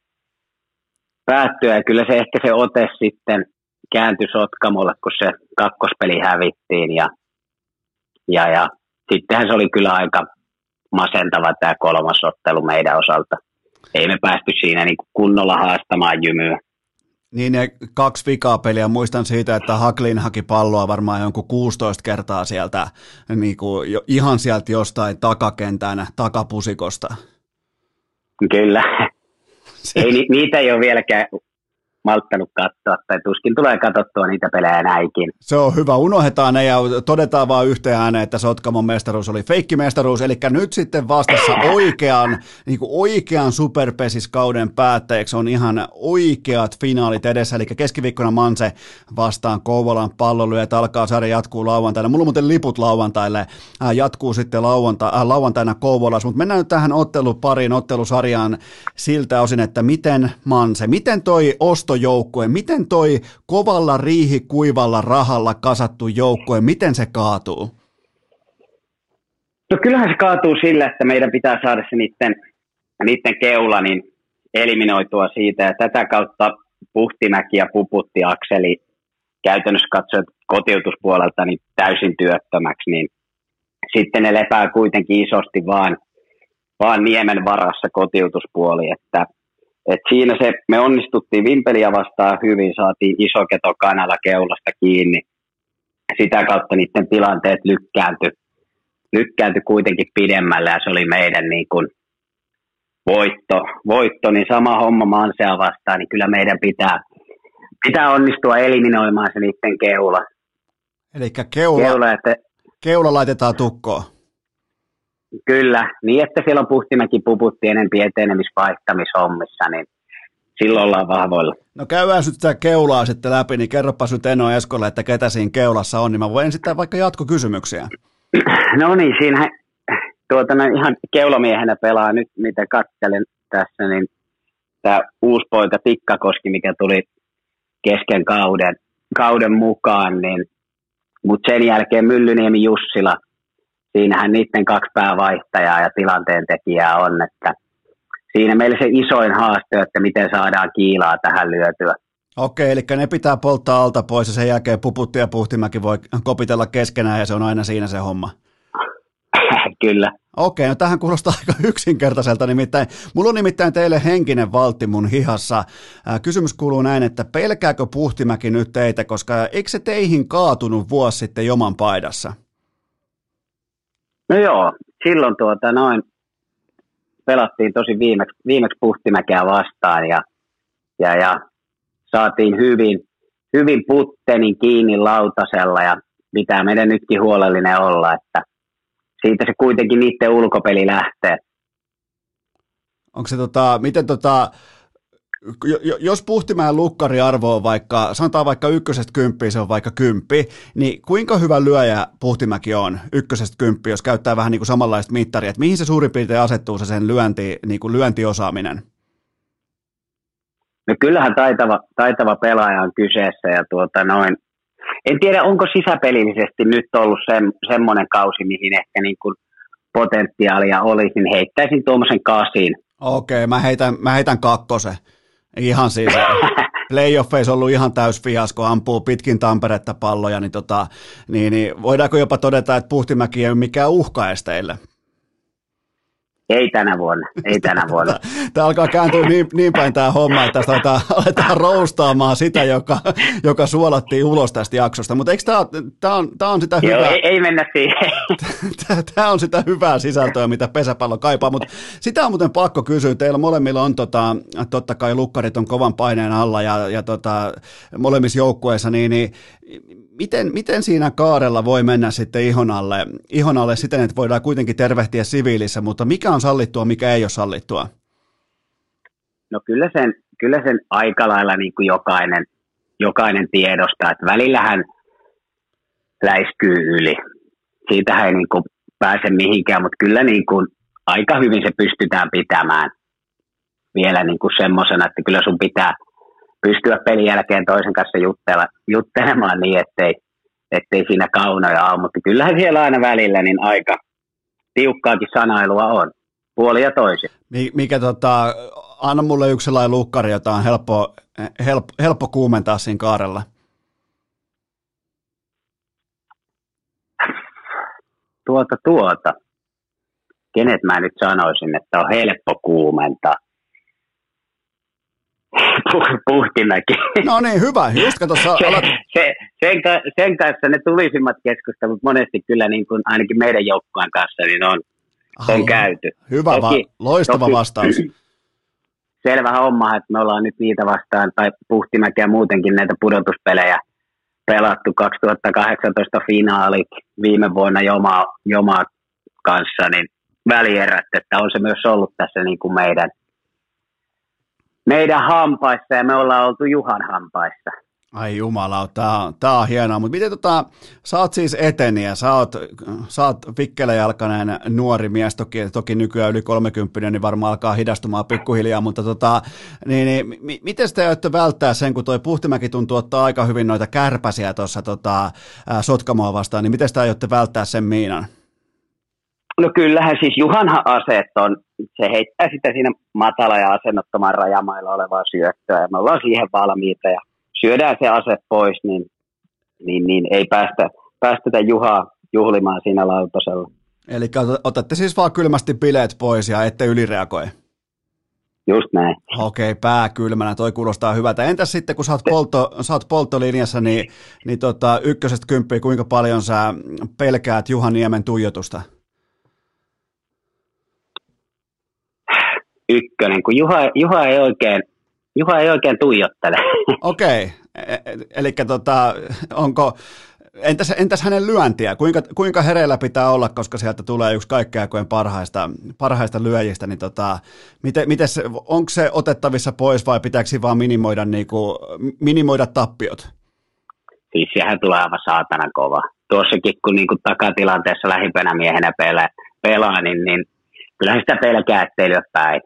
Ja kyllä se ehkä se ote sitten kääntyi Sotkamolle, kun se kakkospeli hävittiin. Ja sittenhän se oli kyllä aika masentava tämä kolmas ottelu meidän osalta. Ei me päästy siinä niin kunnolla haastamaan Jymyä. Niin ne 2 vikaa peliä, muistan siitä, että Haklin haki palloa varmaan jonkun 16 kertaa sieltä, niin kuin ihan sieltä jostain takakentän takapusikosta. Kyllä. Niitä ei ole vieläkään malttanut katsoa, tai tuskin tulee katsottua niitä pelejä näikin. Se on hyvä, unohdetaan ne ja todetaan vaan yhteen ääneen, että Sotkamon mestaruus oli feikkimestaruus, eli nyt sitten vastassa oikean superpesiskauden päätteeksi on ihan oikeat finaalit edessä, eli keskiviikkona Manse vastaan Kouvolan Pallonlyöjät, alkaa sarja, jatkuu lauantaina, mulla on muuten liput lauantaille, jatkuu sitten lauantaina Kouvolassa, mutta mennään nyt tähän ottelusarjaan siltä osin, että miten Manse, miten toi ostojoukkue, miten toi kovalla riihikuivalla rahalla kasattu joukkue, miten se kaatuu? No kyllähän se kaatuu sillä, että meidän pitää saada se niiden keula niin eliminoitua siitä, ja tätä kautta Puhtimäki ja Puputti-akseli käytännössä katsoen kotiutuspuolelta niin täysin työttömäksi, niin sitten ne lepää kuitenkin isosti vaan Niemen varassa kotiutuspuoli, että siinä me onnistuttiin Vimpeliä vastaan hyvin, saatiin Isoketo Kanala keulasta kiinni. Sitä kautta niiden tilanteet lykkääntyi kuitenkin pidemmälle, ja se oli meidän niin kuin voitto. Niin sama homma Mansea vastaan, niin kyllä meidän pitää onnistua eliminoimaan se niiden keula. Eli keula laitetaan tukkoon. Kyllä, niin että siellä on Puhtimäki Puputti enempi etenemisvaihtamishommissa, niin silloin ollaan vahvoilla. No käydään nyt sitä keulaa sitten läpi, niin kerropas nyt Eno Eskolle, että ketä siinä on, niin mä voin esittää vaikka jatkokysymyksiä. No niin, siinä ihan keulamiehenä pelaa nyt, mitä katselen tässä, niin tämä uusi poika Tikkakoski, mikä tuli kesken kauden mukaan, niin, mutta sen jälkeen Myllyniemi Jussila. Siinähän niiden 2 päävaihtajaa ja tilanteen tekijää on, että siinä meillä se isoin haaste, että miten saadaan kiilaa tähän lyötyä. Okei, eli ne pitää polttaa alta pois ja sen jälkeen Puputti ja Puhtimäki voi kopitella keskenään ja se on aina siinä se homma. Kyllä. Okei, no tähän kuulostaa aika yksinkertaiselta, mulla on nimittäin teille henkinen valtti mun hihassa. Kysymys kuuluu näin, että pelkääkö Puhtimäki nyt teitä, koska eikö se teihin kaatunut vuosi sitten Joman paidassa? No joo, silloin pelattiin tosi viimeksi Puhtimäkeä vastaan ja saatiin hyvin puttenin kiinni lautasella ja pitää meidän nytkin huolellinen olla, että siitä se kuitenkin niiden ulkopeli lähtee. Onko se jos Puhtimäen lukkariarvo on sanotaan vaikka 1–10, se on vaikka 10, niin kuinka hyvä lyöjä Puhtimäki on 1–10, jos käyttää vähän niin kuin samanlaista mittaria, että mihin se suurin piirtein asettuu se sen lyöntiosaaminen? No kyllähän taitava pelaaja on kyseessä ja en tiedä onko sisäpelillisesti nyt ollut semmoinen kausi, mihin ehkä niin kuin potentiaalia olisi, niin heittäisin tuommoisen 8. Okei, mä heitän 2. Ihan siis playoffeissa ollut ihan täys fiasko, ampuu pitkin Tamperetta palloja, niin voidaanko jopa todeta, että Puhtimäki ei ole mikään uhka edes teille? Ei tänä vuonna. Tämä alkaa kääntyä niin päin tämä homma, että tästä aletaan roustaamaan sitä, joka suolattiin ulos tästä jaksosta. Mutta eikö tämä on sitä hyvää? Joo, ei mennä siihen. Tämä on sitä hyvää sisältöä, mitä pesäpallo kaipaa, mutta sitä on muuten pakko kysyä. Teillä molemmilla on totta kai lukkarit on kovan paineen alla ja molemmissa joukkueissa, niin miten siinä kaarella voi mennä sitten ihon alle siten, että voidaan kuitenkin tervehtiä siviilissä, mutta mikä on sallittua, mikä ei ole sallittua? No kyllä sen aika lailla niin kuin jokainen tiedostaa, että välillähän läiskyy yli. Siitähän ei niin kuin pääse mihinkään, mutta kyllä niin kuin aika hyvin se pystytään pitämään vielä niin kuin semmoisena, että kyllä sun pitää pystyä pelin jälkeen toisen kanssa juttelemaan niin, ettei siinä kaunoja ole, mutta kyllähän siellä aina välillä niin aika tiukkaakin sanailua on, puoli ja toisin. Mikä anna mulle yksi sellainen lukkari, jota on helppo kuumentaa siinä kaarella. Kenet mä nyt sanoisin, että on helppo kuumentaa? Puhtimäki. No niin, hyvä. Just kato, sen kanssa ne tulisimmat keskustelut monesti kyllä niin kuin ainakin meidän joukkueen kanssa niin on käyty. Hyvä, loistava vastaus. Selvä homma, että me ollaan nyt niitä vastaan, tai Puhtimäkiä muutenkin näitä pudotuspelejä pelattu 2018 finaalit viime vuonna Jomaa kanssa, niin välierät, että on se myös ollut tässä niin kuin meidän hampaissa ja me ollaan oltu Juhan hampaissa. Ai jumala, tää on hienoa, mutta miten sä oot siis eteniä, sä oot vikkelejalkainen nuori mies, toki nykyään yli 30, niin varmaan alkaa hidastumaan pikkuhiljaa, mutta miten te aiotte välttää sen, kun toi Puhtimäki tuntuu ottaa aika hyvin noita kärpäsiä tuossa Sotkamoa vastaan, niin miten te aiotte välttää sen miinan? No kyllähän siis Juhanhan aseet on, se heittää sitä siinä matala ja asennottoman rajamailla olevaa syöttöä ja me ollaan siihen valmiita ja syödään se ase pois, niin ei päästetä Juhaa juhlimaan siinä lautasella. Eli otatte siis vaan kylmästi bileet pois ja ette ylireagoi? Just näin. Okei, pää kylmänä, toi kuulostaa hyvältä. Entäs sitten, kun sä oot polttolinjassa, niin 1-10, kuinka paljon sä pelkäät Juha Niemen tuijotusta? 1, kun Juha ei oikein tuijottele. Okei, eli entäs hänen lyöntiä? Kuinka hereillä pitää olla, koska sieltä tulee yksi kaikkea aikojen parhaista lyöjistä, niin onko se otettavissa pois vai pitääkö vaan minimoida tappiot? Siis sehän tulee aivan saatana kova. Tuossakin kun takatilanteessa lähipenämiehenä pelaa, niin kyllähän sitä pelkää, ettei lyö päin.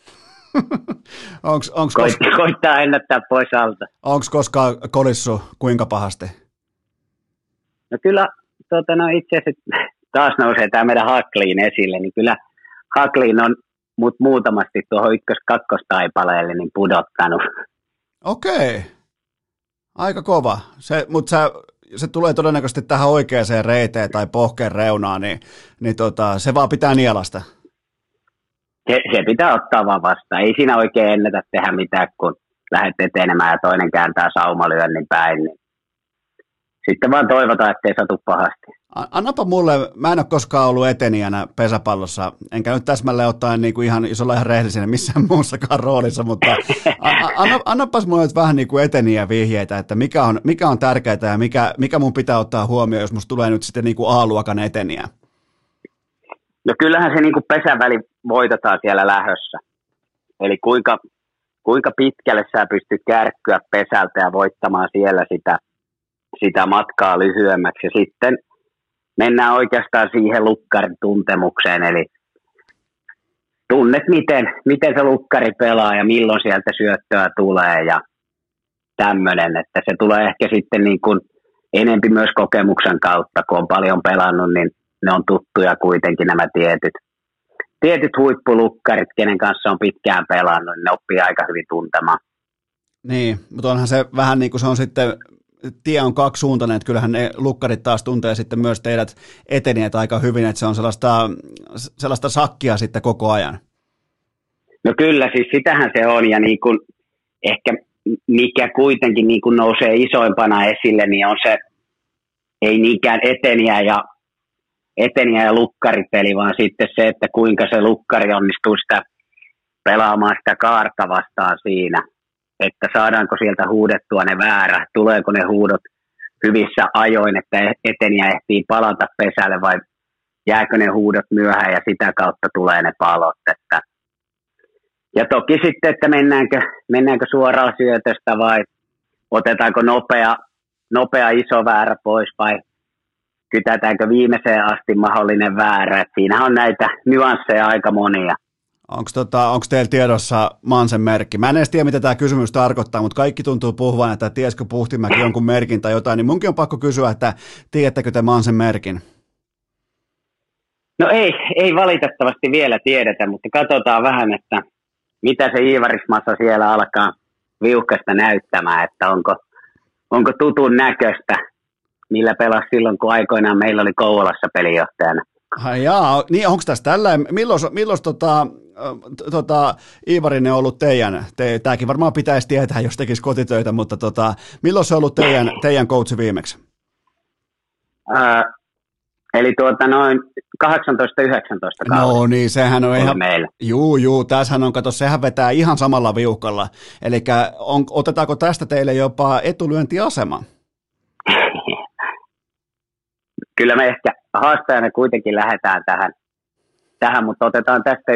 Koittaa ennättää pois alta. Onko koskaan kolissu kuinka pahasti? No kyllä itse asiassa taas nousee tämä meidän Hakliin esille, niin kyllä Hakliin on muutamasti tuohon 1-2-taipaleelle niin pudottanut. Okei. Aika kova. Mutta se tulee todennäköisesti tähän oikeaan reiteen tai pohkeen reunaan, niin se vaan pitää nielasta. Se pitää ottaa vaan vastaan. Ei siinä oikein ennätä tehdä mitään, kun lähdet etenemään ja toinen kääntää saumalyönnin päin. Niin sitten vaan toivotaan, ettei satu pahasti. Annapa mulle, mä en ole koskaan ollut etenijänä pesäpallossa, enkä nyt täsmälleen ottaen niin kuin jos ollaan ihan rehellisenä missään muussakaan roolissa, mutta annapas mulle nyt vähän niin kuin etenijä vihjeitä, että mikä on tärkeää ja mikä mun pitää ottaa huomioon, jos musta tulee nyt sitten niin kuin A-luokan eteniä. No kyllähän se niin kuin pesänväli voitetaan siellä lähössä. Eli kuinka pitkälle sä pystyt kärkkyä pesältä ja voittamaan siellä sitä matkaa lyhyemmäksi. Ja sitten mennään oikeastaan siihen lukkarin tuntemukseen, eli tunnet, miten se lukkari pelaa ja milloin sieltä syöttöä tulee ja tämmöinen, että se tulee ehkä sitten niin kuin enempi myös kokemuksen kautta, kun on paljon pelannut, niin ne on tuttuja kuitenkin nämä tietyt huippulukkarit, kenen kanssa on pitkään pelannut, niin ne oppii aika hyvin tuntemaan. Niin, mutta onhan se vähän niin kuin se on sitten, tie on kaksisuuntainen, että kyllähän ne lukkarit taas tuntee sitten myös teidät etenijät aika hyvin, että se on sellaista sellaista sakkia sitten koko ajan? No kyllä, siis sitähän se on, ja niin kuin ehkä mikä kuitenkin niin kuin nousee isoimpana esille, niin on se, ei niinkään eteniä ja lukkaripeli, vaan sitten se, että kuinka se lukkari onnistuu sitä pelaamaan sitä kaarta vastaan siinä, että saadaanko sieltä huudettua ne väärät, tuleeko ne huudot hyvissä ajoin, että eteniä ehtii palata pesälle vai jääkö ne huudot myöhään ja sitä kautta tulee ne palot. Ja toki sitten, että mennäänkö suoraan syötöstä vai otetaanko nopea iso väärä pois vai kytätäänkö viimeiseen asti mahdollinen väärä. Et siinä on näitä nyansseja aika monia. Onko teillä tiedossa Mansen merkki? Mä en edes tiedä, mitä tämä kysymys tarkoittaa, mutta kaikki tuntuu puhuvan, että tiesikö Puhtimäki jonkun merkin tai jotain, niin munkin on pakko kysyä, että tiedättekö te Mansen merkin? No ei valitettavasti vielä tiedetä, mutta katsotaan vähän, että mitä se Iivarismassa siellä alkaa viuhkasta näyttämään, että onko tutun näköistä, millä pelasi silloin, kun aikoinaan meillä oli Kouvolassa pelijohtajana. Niin onko tässä tällä, milloin Iivarinen on ollut tämäkin varmaan pitäisi tietää, jos tekisi kotitöitä, mutta milloin se on ollut teidän coachi viimeksi? Eli noin 18-19 kaudella. No niin, sehän on ihan, meillä. Juu, tässähän on, kato, sehän vetää ihan samalla viuhkalla. Eli otetaanko tästä teille jopa etulyöntiasema? Kyllä me ehkä haastajana kuitenkin lähdetään tähän, mutta otetaan tästä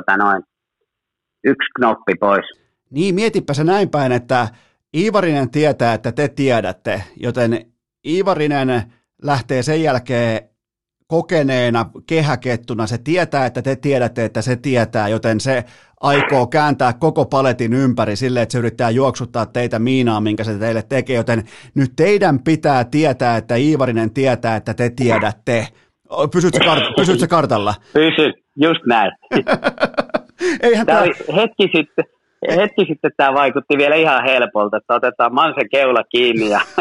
yksi knoppi pois. Niin, mietipä se näin päin, että Iivarinen tietää, että te tiedätte, joten Iivarinen lähtee sen jälkeen kokeneena kehäkettuna, se tietää, että te tiedätte, että se tietää, joten se aikoo kääntää koko paletin ympäri silleen, että se yrittää juoksuttaa teitä miinaan, minkä se teille tekee, joten nyt teidän pitää tietää, että Iivarinen tietää, että te tiedätte. Pysytkö kartalla? Pysy, just näin. Tämä oli hetki sitten tämä vaikutti vielä ihan helpolta, että otetaan Mansen keula kiinni ja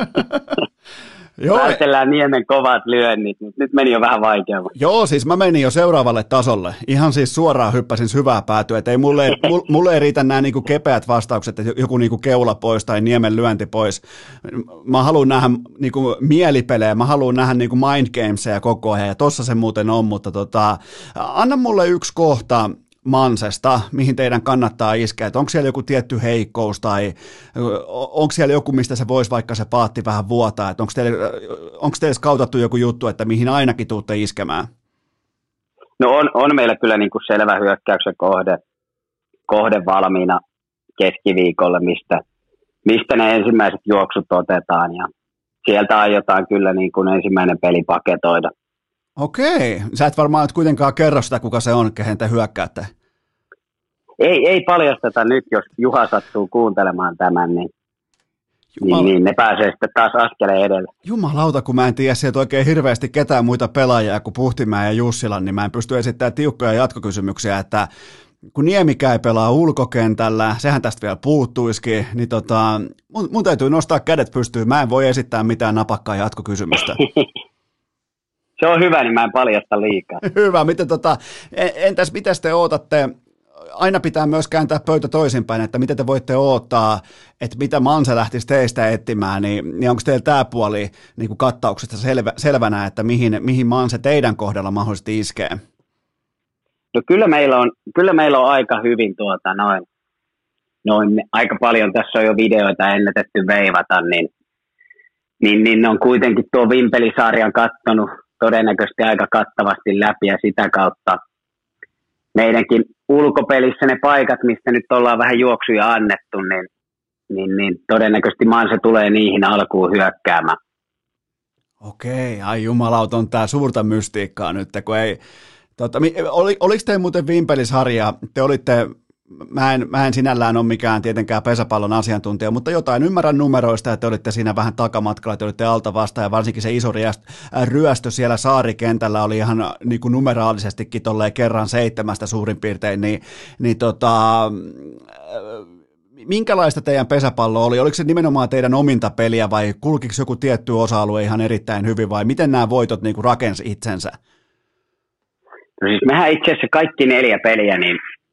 vältellään Niemen kovat lyönnit, mutta nyt meni jo vähän vaikeammin. Joo, siis mä menin jo seuraavalle tasolle. Ihan siis suoraan hyppäsin syvää päätyä, että ei mulle ei riitä nämä niinku kepeät vastaukset, että joku niinku keula pois tai Niemen lyönti pois. Mä haluan nähdä niinku mielipelejä, mä haluan nähdä niinku mind gamesia koko ajan, ja tossa se muuten on, mutta anna mulle yksi kohta Mansesta, mihin teidän kannattaa iskeä, että onko siellä joku tietty heikkous tai onko siellä joku, mistä se voisi vaikka se paatti vähän vuotaa, että onko teille skautattu joku juttu, että mihin ainakin tuutte iskemään? No on meillä kyllä niin kuin selvä hyökkäyksen kohde valmiina keskiviikolle, mistä ne ensimmäiset juoksut otetaan ja sieltä aiotaan kyllä niin kuin ensimmäinen peli paketoida. Okei. Sä et varmaan nyt kuitenkaan kerro sitä, kuka se on, kehen te hyökkäätte. Ei paljasteta nyt, jos Juha sattuu kuuntelemaan tämän, niin ne pääsee sitten taas askeleen edelle. Jumalauta, kun mä en tiedä sieltä oikein hirveästi ketään muita pelaajia kuin Puhtimäen ja Jussilan, niin mä en pysty esittämään tiukkoja jatkokysymyksiä, että kun Niemikäi pelaa ulkokentällä, sehän tästä vielä puuttuisikin, niin mun täytyy nostaa kädet pystyyn, mä en voi esittää mitään napakkaa jatkokysymystä. Se on hyvä, niin mä en paljasta liikaa. Hyvä. Entäs mitä te ootatte? Aina pitää myös kääntää pöytä toisinpäin, että mitä te voitte odottaa, että mitä Manse lähtisi teistä etsimään, niin onko teillä tämä puoli niin kuin kattauksesta selvänä, että mihin Manse teidän kohdalla mahdollisesti iskee? No kyllä meillä on aika hyvin noin aika paljon, tässä on jo videoita ennätetty veivata, niin on kuitenkin tuo Vimpeli-sarjan kattonut todennäköisesti aika kattavasti läpi ja sitä kautta meidänkin ulkopelissä ne paikat, mistä nyt ollaan vähän juoksuja annettu, niin todennäköisesti Manse tulee niihin alkuun hyökkäämään. Okei, ai jumalauta, on tää suurta mystiikkaa nyt, kun ei, oliko te muuten Vimpeli-sarja, te olitte, mä en sinällään ole mikään tietenkään pesäpallon asiantuntija, mutta jotain ymmärrän numeroista, että te olitte siinä vähän takamatkalla, te olitte alta vastaan ja varsinkin se iso ryöstö siellä saarikentällä oli ihan niin kuin numeraalisestikin tolleen kerran 7 suurin piirtein, minkälaista teidän pesäpallo oli? Oliko se nimenomaan teidän ominta peliä vai kulkiko joku tietty osa-alue ihan erittäin hyvin vai miten nämä voitot niin kuin rakensi itsensä? No siis mehän itse asiassa kaikki 4 peliä niin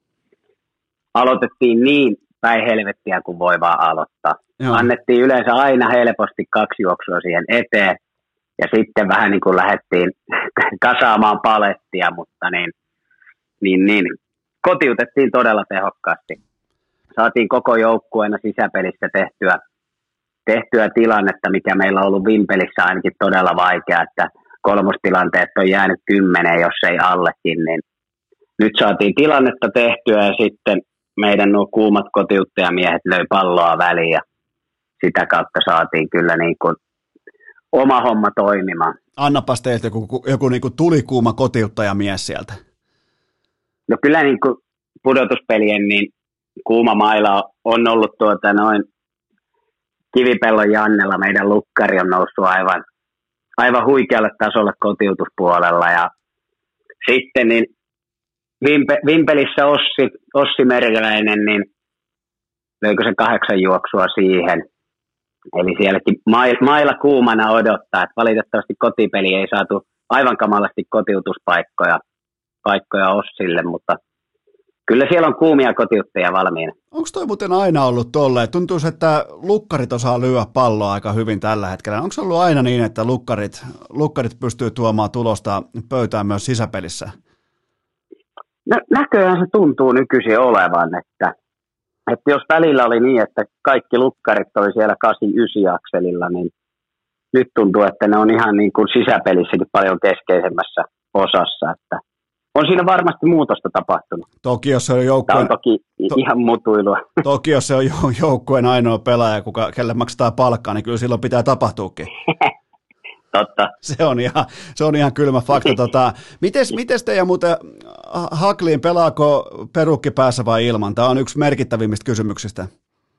aloitettiin niin päin helvettiä kuin voi vaan aloittaa. Joo. Annettiin yleensä aina helposti 2 juoksua siihen eteen ja sitten vähän niin kuin lähdettiin kasaamaan palettia, mutta niin kotiutettiin todella tehokkaasti. Saatiin koko joukkueena sisäpelissä tehtyä tilannetta, mikä meillä on ollut Vimpelissä ainakin todella vaikea, että kolmostilanteet on jäänyt 10, jos ei allekin, niin nyt saatiin tilannetta tehtyä ja sitten meidän nuo kuumat kotiuttajamiehet löi palloa väliin ja sitä kautta saatiin kyllä niin kuin oma homma toimimaan. Annapas teiltä joku niin kuin tulikuuma kotiuttajamies sieltä. No kyllä niin kuin pudotuspelien niin kuuma maila on ollut Kivipellon Jannella. Meidän lukkari on noussut aivan huikealle tasolle kotiutuspuolella ja sitten niin Vimpelissä Ossi Meriläinen, niin löikö se 8 juoksua siihen. Eli sielläkin mailla kuumana odottaa, että valitettavasti kotipeli ei saatu aivan kamalasti kotiutuspaikkoja Ossille, mutta kyllä siellä on kuumia kotiuttajia valmiina. Onko toi muuten aina ollut tolleen? Tuntuu, että lukkarit osaa lyödä palloa aika hyvin tällä hetkellä. Onko se ollut aina niin, että lukkarit pystyy tuomaan tulosta pöytään myös sisäpelissä? No, näköjään se tuntuu nykyisin olevan, että jos välillä oli niin, että kaikki lukkarit oli siellä 8-9-akselilla, niin nyt tuntuu, että ne on ihan niin kuin sisäpelissäkin paljon keskeisemmässä osassa, että on siinä varmasti muutosta tapahtunut. Toki jos se on Tämä on toki ihan mutuilua. Toki jos se on joukkueen ainoa pelaaja, kelle maksetaan palkkaa, niin kyllä silloin pitää tapahtuukin. Totta. Se on ihan kylmä fakta. Mites teidän muuten Haklin, pelaako perukki päässä vai ilman? Tämä on yksi merkittävimmistä kysymyksistä.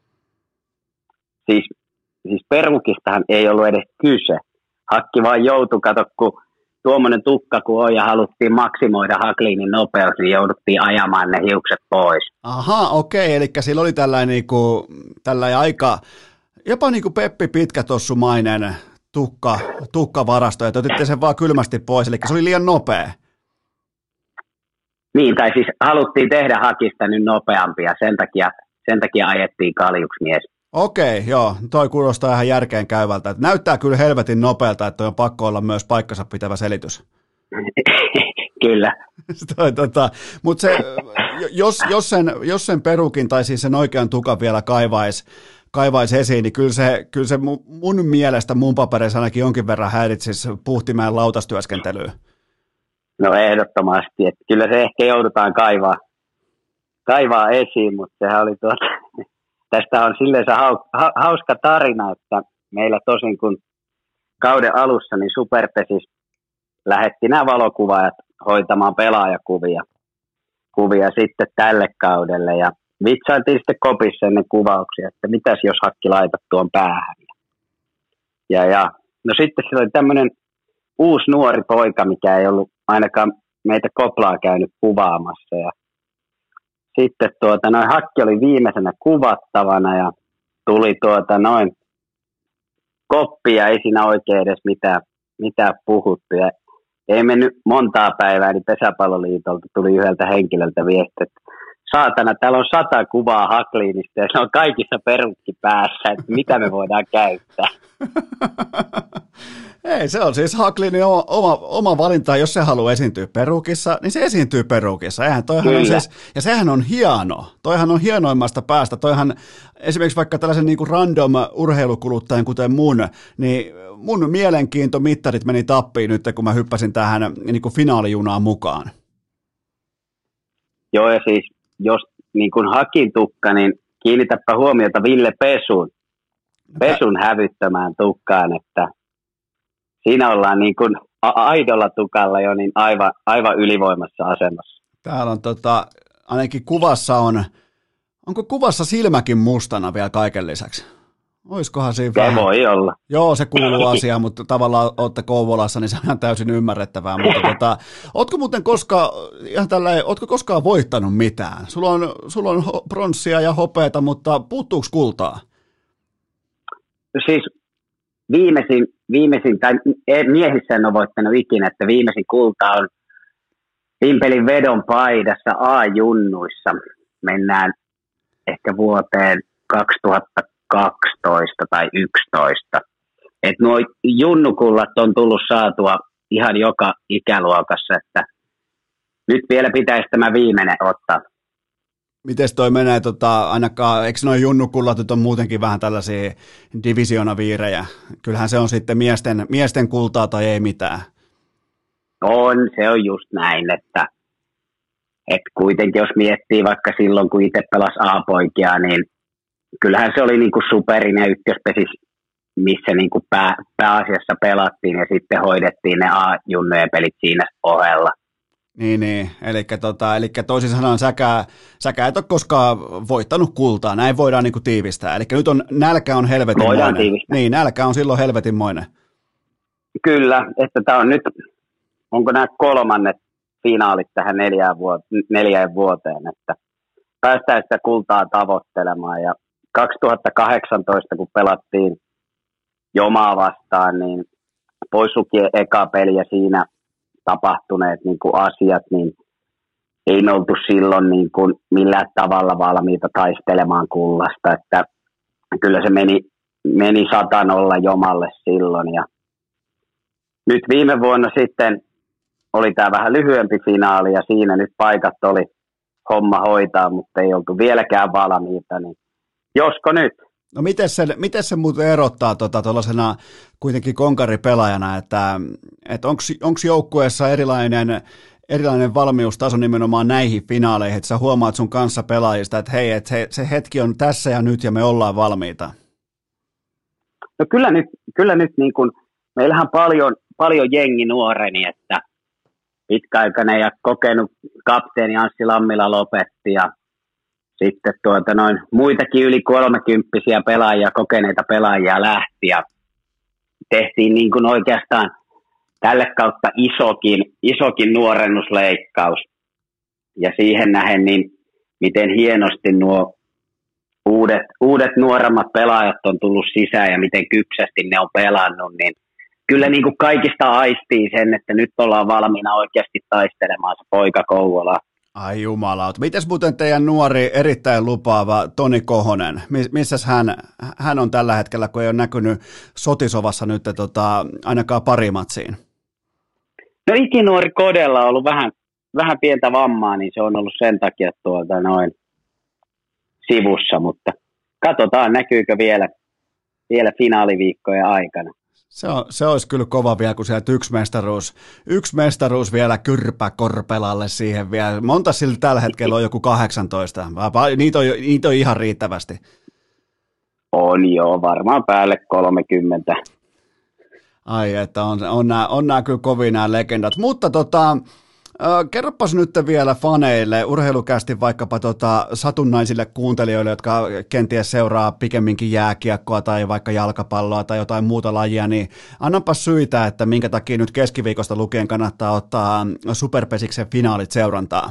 Siis perukistahan ei ollut edes kyse. Hakki vaan joutui, kato, kun tuommoinen tukka kun on ja haluttiin maksimoida Haklinin nopeus, niin jouduttiin ajamaan ne hiukset pois. Aha, okei, eli sillä oli tällainen aika, jopa niin kuin Peppi Pitkätossumainen tukkavarasto, että otitte sen vaan kylmästi pois, eli se oli liian nopea. Niin, tai siis haluttiin tehdä Hakista nyt nopeampia, sen takia ajettiin kaljuksi mies. Okei, joo, toi kuulostaa ihan järkeen käyvältä. Että näyttää kyllä helvetin nopealta, että on pakko olla myös paikkansa pitävä selitys. Kyllä. Mutta jos sen perukin tai siis sen oikean tukan vielä kaivaisi esiin, niin kyllä se mun mielestä mun papereissa ainakin jonkin verran häiritsisi Puhtimäen lautastyöskentelyä. No ehdottomasti, että kyllä se ehkä joudutaan kaivaa esiin, mutta sehän oli tästä on silleen hauska tarina, että meillä tosin kun kauden alussa niin Superpesis lähetti nämä valokuvaajat hoitamaan pelaajakuvia sitten tälle kaudelle ja vitsailtiin sitten kopissa ennen kuvauksia, että mitäs jos Hakki laitat tuon päähän. Ja no sitten siellä oli tämmöinen uusi nuori poika, mikä ei ollut ainakaan meitä koplaa käynyt kuvaamassa ja sitten Hakki oli viimeisenä kuvattavana ja tuli koppia, ei siinä oikein edes mitään puhuttu. Ja ei mennyt montaa päivää, niin Pesäpalloliitolta tuli yhdeltä henkilöltä viesti, että saatana, täällä on 100 kuvaa Haklinista ja se on kaikissa perukki päässä, että mitä me voidaan käyttää. Ei, se on siis Haklinin oma valinta, jos se haluaa esiintyä perukissa, niin se esiintyy perukissa. Ja sehän on hieno. Toihan on hienoimmasta päästä. Toihan esimerkiksi vaikka tällaisen niin kuin random urheilukuluttajan, kuten niin mun mielenkiintomittarit meni tappiin nyt, kun mä hyppäsin tähän niin kuin finaalijunaan mukaan. Joo, ja siis jos niin kuin Hakin tukka, niin kiinnitäpä huomiota Ville Pesun hävyttömään tukkaan, että siinä ollaan niin kuin aidolla tukalla jo niin aivan ylivoimassa asemassa. Täällä on ainakin onko kuvassa silmäkin mustana vielä kaiken lisäksi? Oiskohan siinä vähän? Se voi olla. Joo, se kuuluu asiaan, mutta tavallaan olette Kouvolassa, niin se on ihan täysin ymmärrettävää. Mutta ootko muuten koskaan voittanut mitään? Sulla on pronssia ja hopeata, mutta puuttuuko kultaa? Siis viimeisin tai miehissä en ole voittanut ikinä, että viimeisin kulta on Vimpelin vedon paidassa A-junnuissa mennään ehkä vuoteen 2012 tai 2011. Et nuo junnukullat on tullut saatua ihan joka ikäluokassa, että nyt vielä pitäisi tämä viimeinen ottaa. Miten toi menee, ainakaan, eikö nuo junnukullat nyt on muutenkin vähän tällaisia divisioonaviirejä? Kyllähän se on sitten miesten kultaa tai ei mitään. Se on just näin, että kuitenkin jos miettii vaikka silloin, kun itse pelasi A-poikia, niin kyllähän se oli niinku superin ja ykköspesis, missä niinku pääasiassa pelattiin ja sitten hoidettiin ne A-junnojen pelit siinä ohella. Niin. Eli toisin sanoen säkää et ole koskaan voittanut kultaa, näin voidaan niinku tiivistää. Eli nyt nälkä on helvetinmoinen. Voidaan tiivistää. Niin, nälkä on silloin helvetinmoinen. Kyllä, että tämä on nyt, onko nämä kolmannet finaalit tähän 4 vuoteen, että päästään sitä kultaa tavoittelemaan. Ja 2018, kun pelattiin Jomaa vastaan, niin pois lukien eka peli ja siinä tapahtuneet niin kuin asiat, niin ei me oltu silloin niin kuin millään tavalla valmiita taistelemaan kullasta, että kyllä se meni 100-0 Jomalle silloin. Ja nyt viime vuonna sitten oli tämä vähän lyhyempi finaali ja siinä nyt paikat oli homma hoitaa, mutta ei oltu vieläkään valmiita, niin josko nyt? No miten se muuten erottaa tuollaisena kuitenkin konkaripelaajana, että onko joukkueessa erilainen valmiustaso nimenomaan näihin finaaleihin, että sä huomaat sun kanssa pelaajista, että hei, että se hetki on tässä ja nyt ja me ollaan valmiita? No kyllä nyt niin kuin, meillähän paljon jengi nuoreni, että pitkäaikainen ja kokenut kapteeni Anssi Lammila lopetti ja sitten muitakin yli 30-vuotiaita pelaajia, kokeneita pelaajia lähti ja tehtiin niin kuin oikeastaan tälle kautta isokin nuorennusleikkaus. Ja siihen nähen, niin miten hienosti nuo uudet nuoremmat pelaajat on tullut sisään ja miten kypsästi ne on pelannut, niin kyllä niin kuin kaikista aistii sen, että nyt ollaan valmiina oikeasti taistelemaan se poika Kouvola. Ai jumalauta. Mites muuten teidän nuori, erittäin lupaava Toni Kohonen? Missäs hän on tällä hetkellä, kun ei ole näkynyt Sotisovassa nyt ainakaan pari matsiin? No ikinuori Kodella on ollut vähän pientä vammaa, niin se on ollut sen takia sivussa, mutta katsotaan näkyykö vielä finaaliviikkojen aikana. Se olisi kyllä kova vielä, kun sieltä yksi mestaruus vielä Kyrpä-Korpelalle siihen vielä. Monta sillä tällä hetkellä on joku 18? Niitä on ihan riittävästi. On joo, varmaan päälle 30. Ai, että on nämä kyllä kovin nämä legendat. Mutta kerropas nyt vielä faneille, urheilukästi vaikkapa satunnaisille kuuntelijoille, jotka kenties seuraa pikemminkin jääkiekkoa tai vaikka jalkapalloa tai jotain muuta lajia, niin annapas syitä, että minkä takia nyt keskiviikosta lukien kannattaa ottaa Superpesiksen finaalit seurantaa.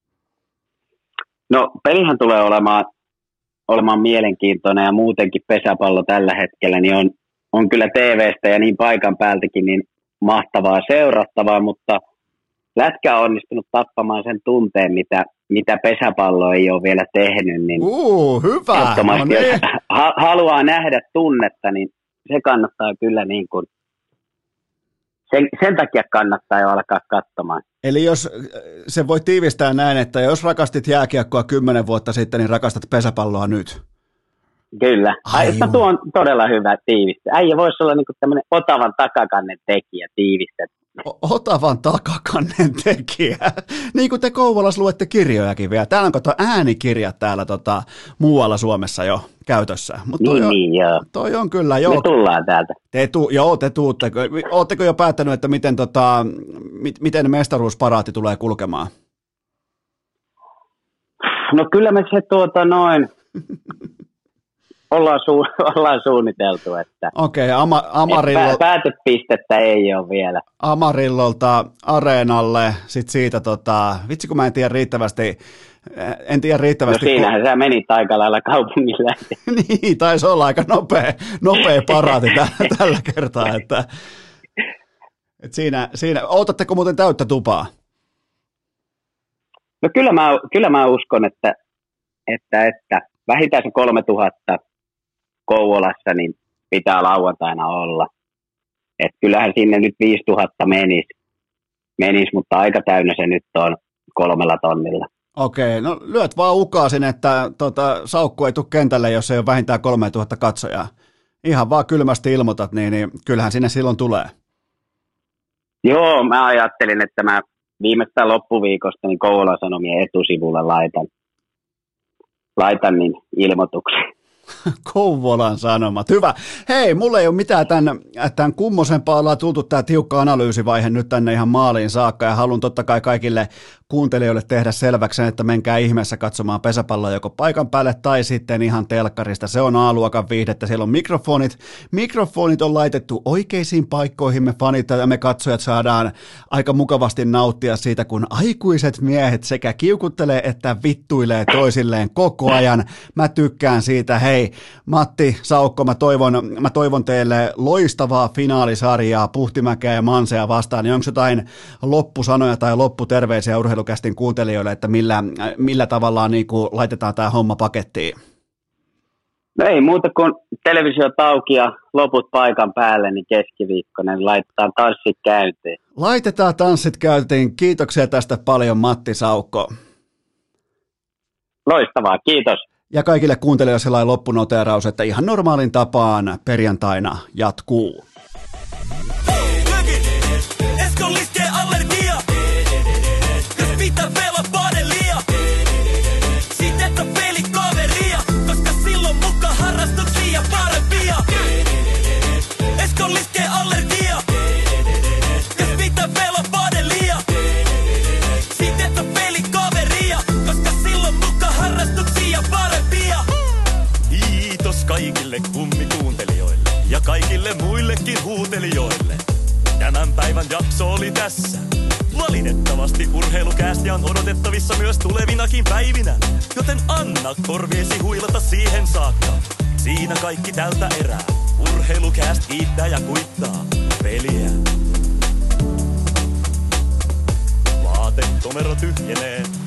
No pelihän tulee olemaan mielenkiintoinen ja muutenkin pesäpallo tällä hetkellä, niin on kyllä TV:stä ja niin paikan päältäkin niin mahtavaa seurattavaa, mutta lätkä on onnistunut tappamaan sen tunteen, mitä pesäpallo ei ole vielä tehnyt, niin hyvä. No niin. Jos haluaa nähdä tunnetta, niin se kannattaa kyllä niin kuin, sen takia kannattaa jo alkaa katsomaan. Eli jos se voi tiivistää näin, että jos rakastit jääkiekkoa 10 vuotta sitten, niin rakastat pesäpalloa nyt. Kyllä. Tuo on todella hyvä tiivistää. Äijä voisi olla niin kuin tämmöinen Otavan takakannen tekijä tiivistet. Otavan takakannen tekijä. Niin kuin te Kouvolassa luette kirjojakin vielä. Täällä on äänikirjat täällä muualla Suomessa jo käytössä. Mut toi on kyllä. Joo. Me tullaan täältä. Te tuutte. Ootteko jo päättänyt, että miten mestaruusparaati tulee kulkemaan? No kyllä me se ollaan suunniteltu, että päätöspistettä ei ole vielä. Amarillolta Areenalle, sit siitä vitsi kun mä en tiedä riittävästi. No siinähän sä menit aika lailla kaupungilla. Niin, taisi olla aika nopea paraati tällä kertaa, että siinä, ootatteko muuten täyttä tupaa? No kyllä mä uskon, että vähintään se 3000 Kouvolassa niin pitää lauantaina olla. Että kyllähän sinne nyt 5000 menisi, mutta aika täynnä se nyt on 3 tonnilla. Okei, no lyöt vaan ukaasin, että Saukko ei tule kentälle, jos ei ole vähintään 3000 katsojaa. Ihan vaan kylmästi ilmoitat, niin kyllähän sinne silloin tulee. Joo, mä ajattelin, että mä viimeistään loppuviikosta niin Kouvolan Sanomien etusivulle laitan niin ilmoituksen. Kouvolan Sanomat, hyvä. Hei, mulla ei ole mitään tämän kummosempaa, ollaan tultu tämä tiukka analyysivaihe nyt tänne ihan maaliin saakka, ja haluan totta kai kaikille kuuntelijoille tehdä selväksi, että menkää ihmeessä katsomaan pesäpalloa joko paikan päälle tai sitten ihan telkkarista. Se on A-luokan viihdettä, siellä on mikrofonit on laitettu oikeisiin paikkoihin, me fanit ja me katsojat saadaan aika mukavasti nauttia siitä, kun aikuiset miehet sekä kiukuttelee että vittuilee toisilleen koko ajan. Mä tykkään siitä. Hei, Matti, Saukko, mä toivon teille loistavaa finaalisarjaa Puhtimäkeä ja Mansea vastaan. Niin onko jotain loppusanoja tai lopputerveisiä Urheilukästin kuuntelijoille, että millä tavalla niin kuin laitetaan tämä homma pakettiin? No ei muuta kuin televisiot auki ja loput paikan päälle, niin keskiviikkona niin laitetaan tanssit käyntiin. Laitetaan tanssit käyntiin. Kiitoksia tästä paljon, Matti, Saukko. Loistavaa, kiitos. Ja kaikille kuuntelijoille sellainen loppunoteeraus, että ihan normaalin tapaan perjantaina jatkuu. Kaikille kummikuuntelijoille ja kaikille muillekin huutelijoille. Tämän päivän jakso oli tässä. Valitettavasti Urheilukästiä on odotettavissa myös tulevinakin päivinä, joten anna korviesi huilata siihen saakka. Siinä kaikki tältä erää. Urheilukäst kiittää ja kuittaa peliä. Vaatekomero tyhjenee.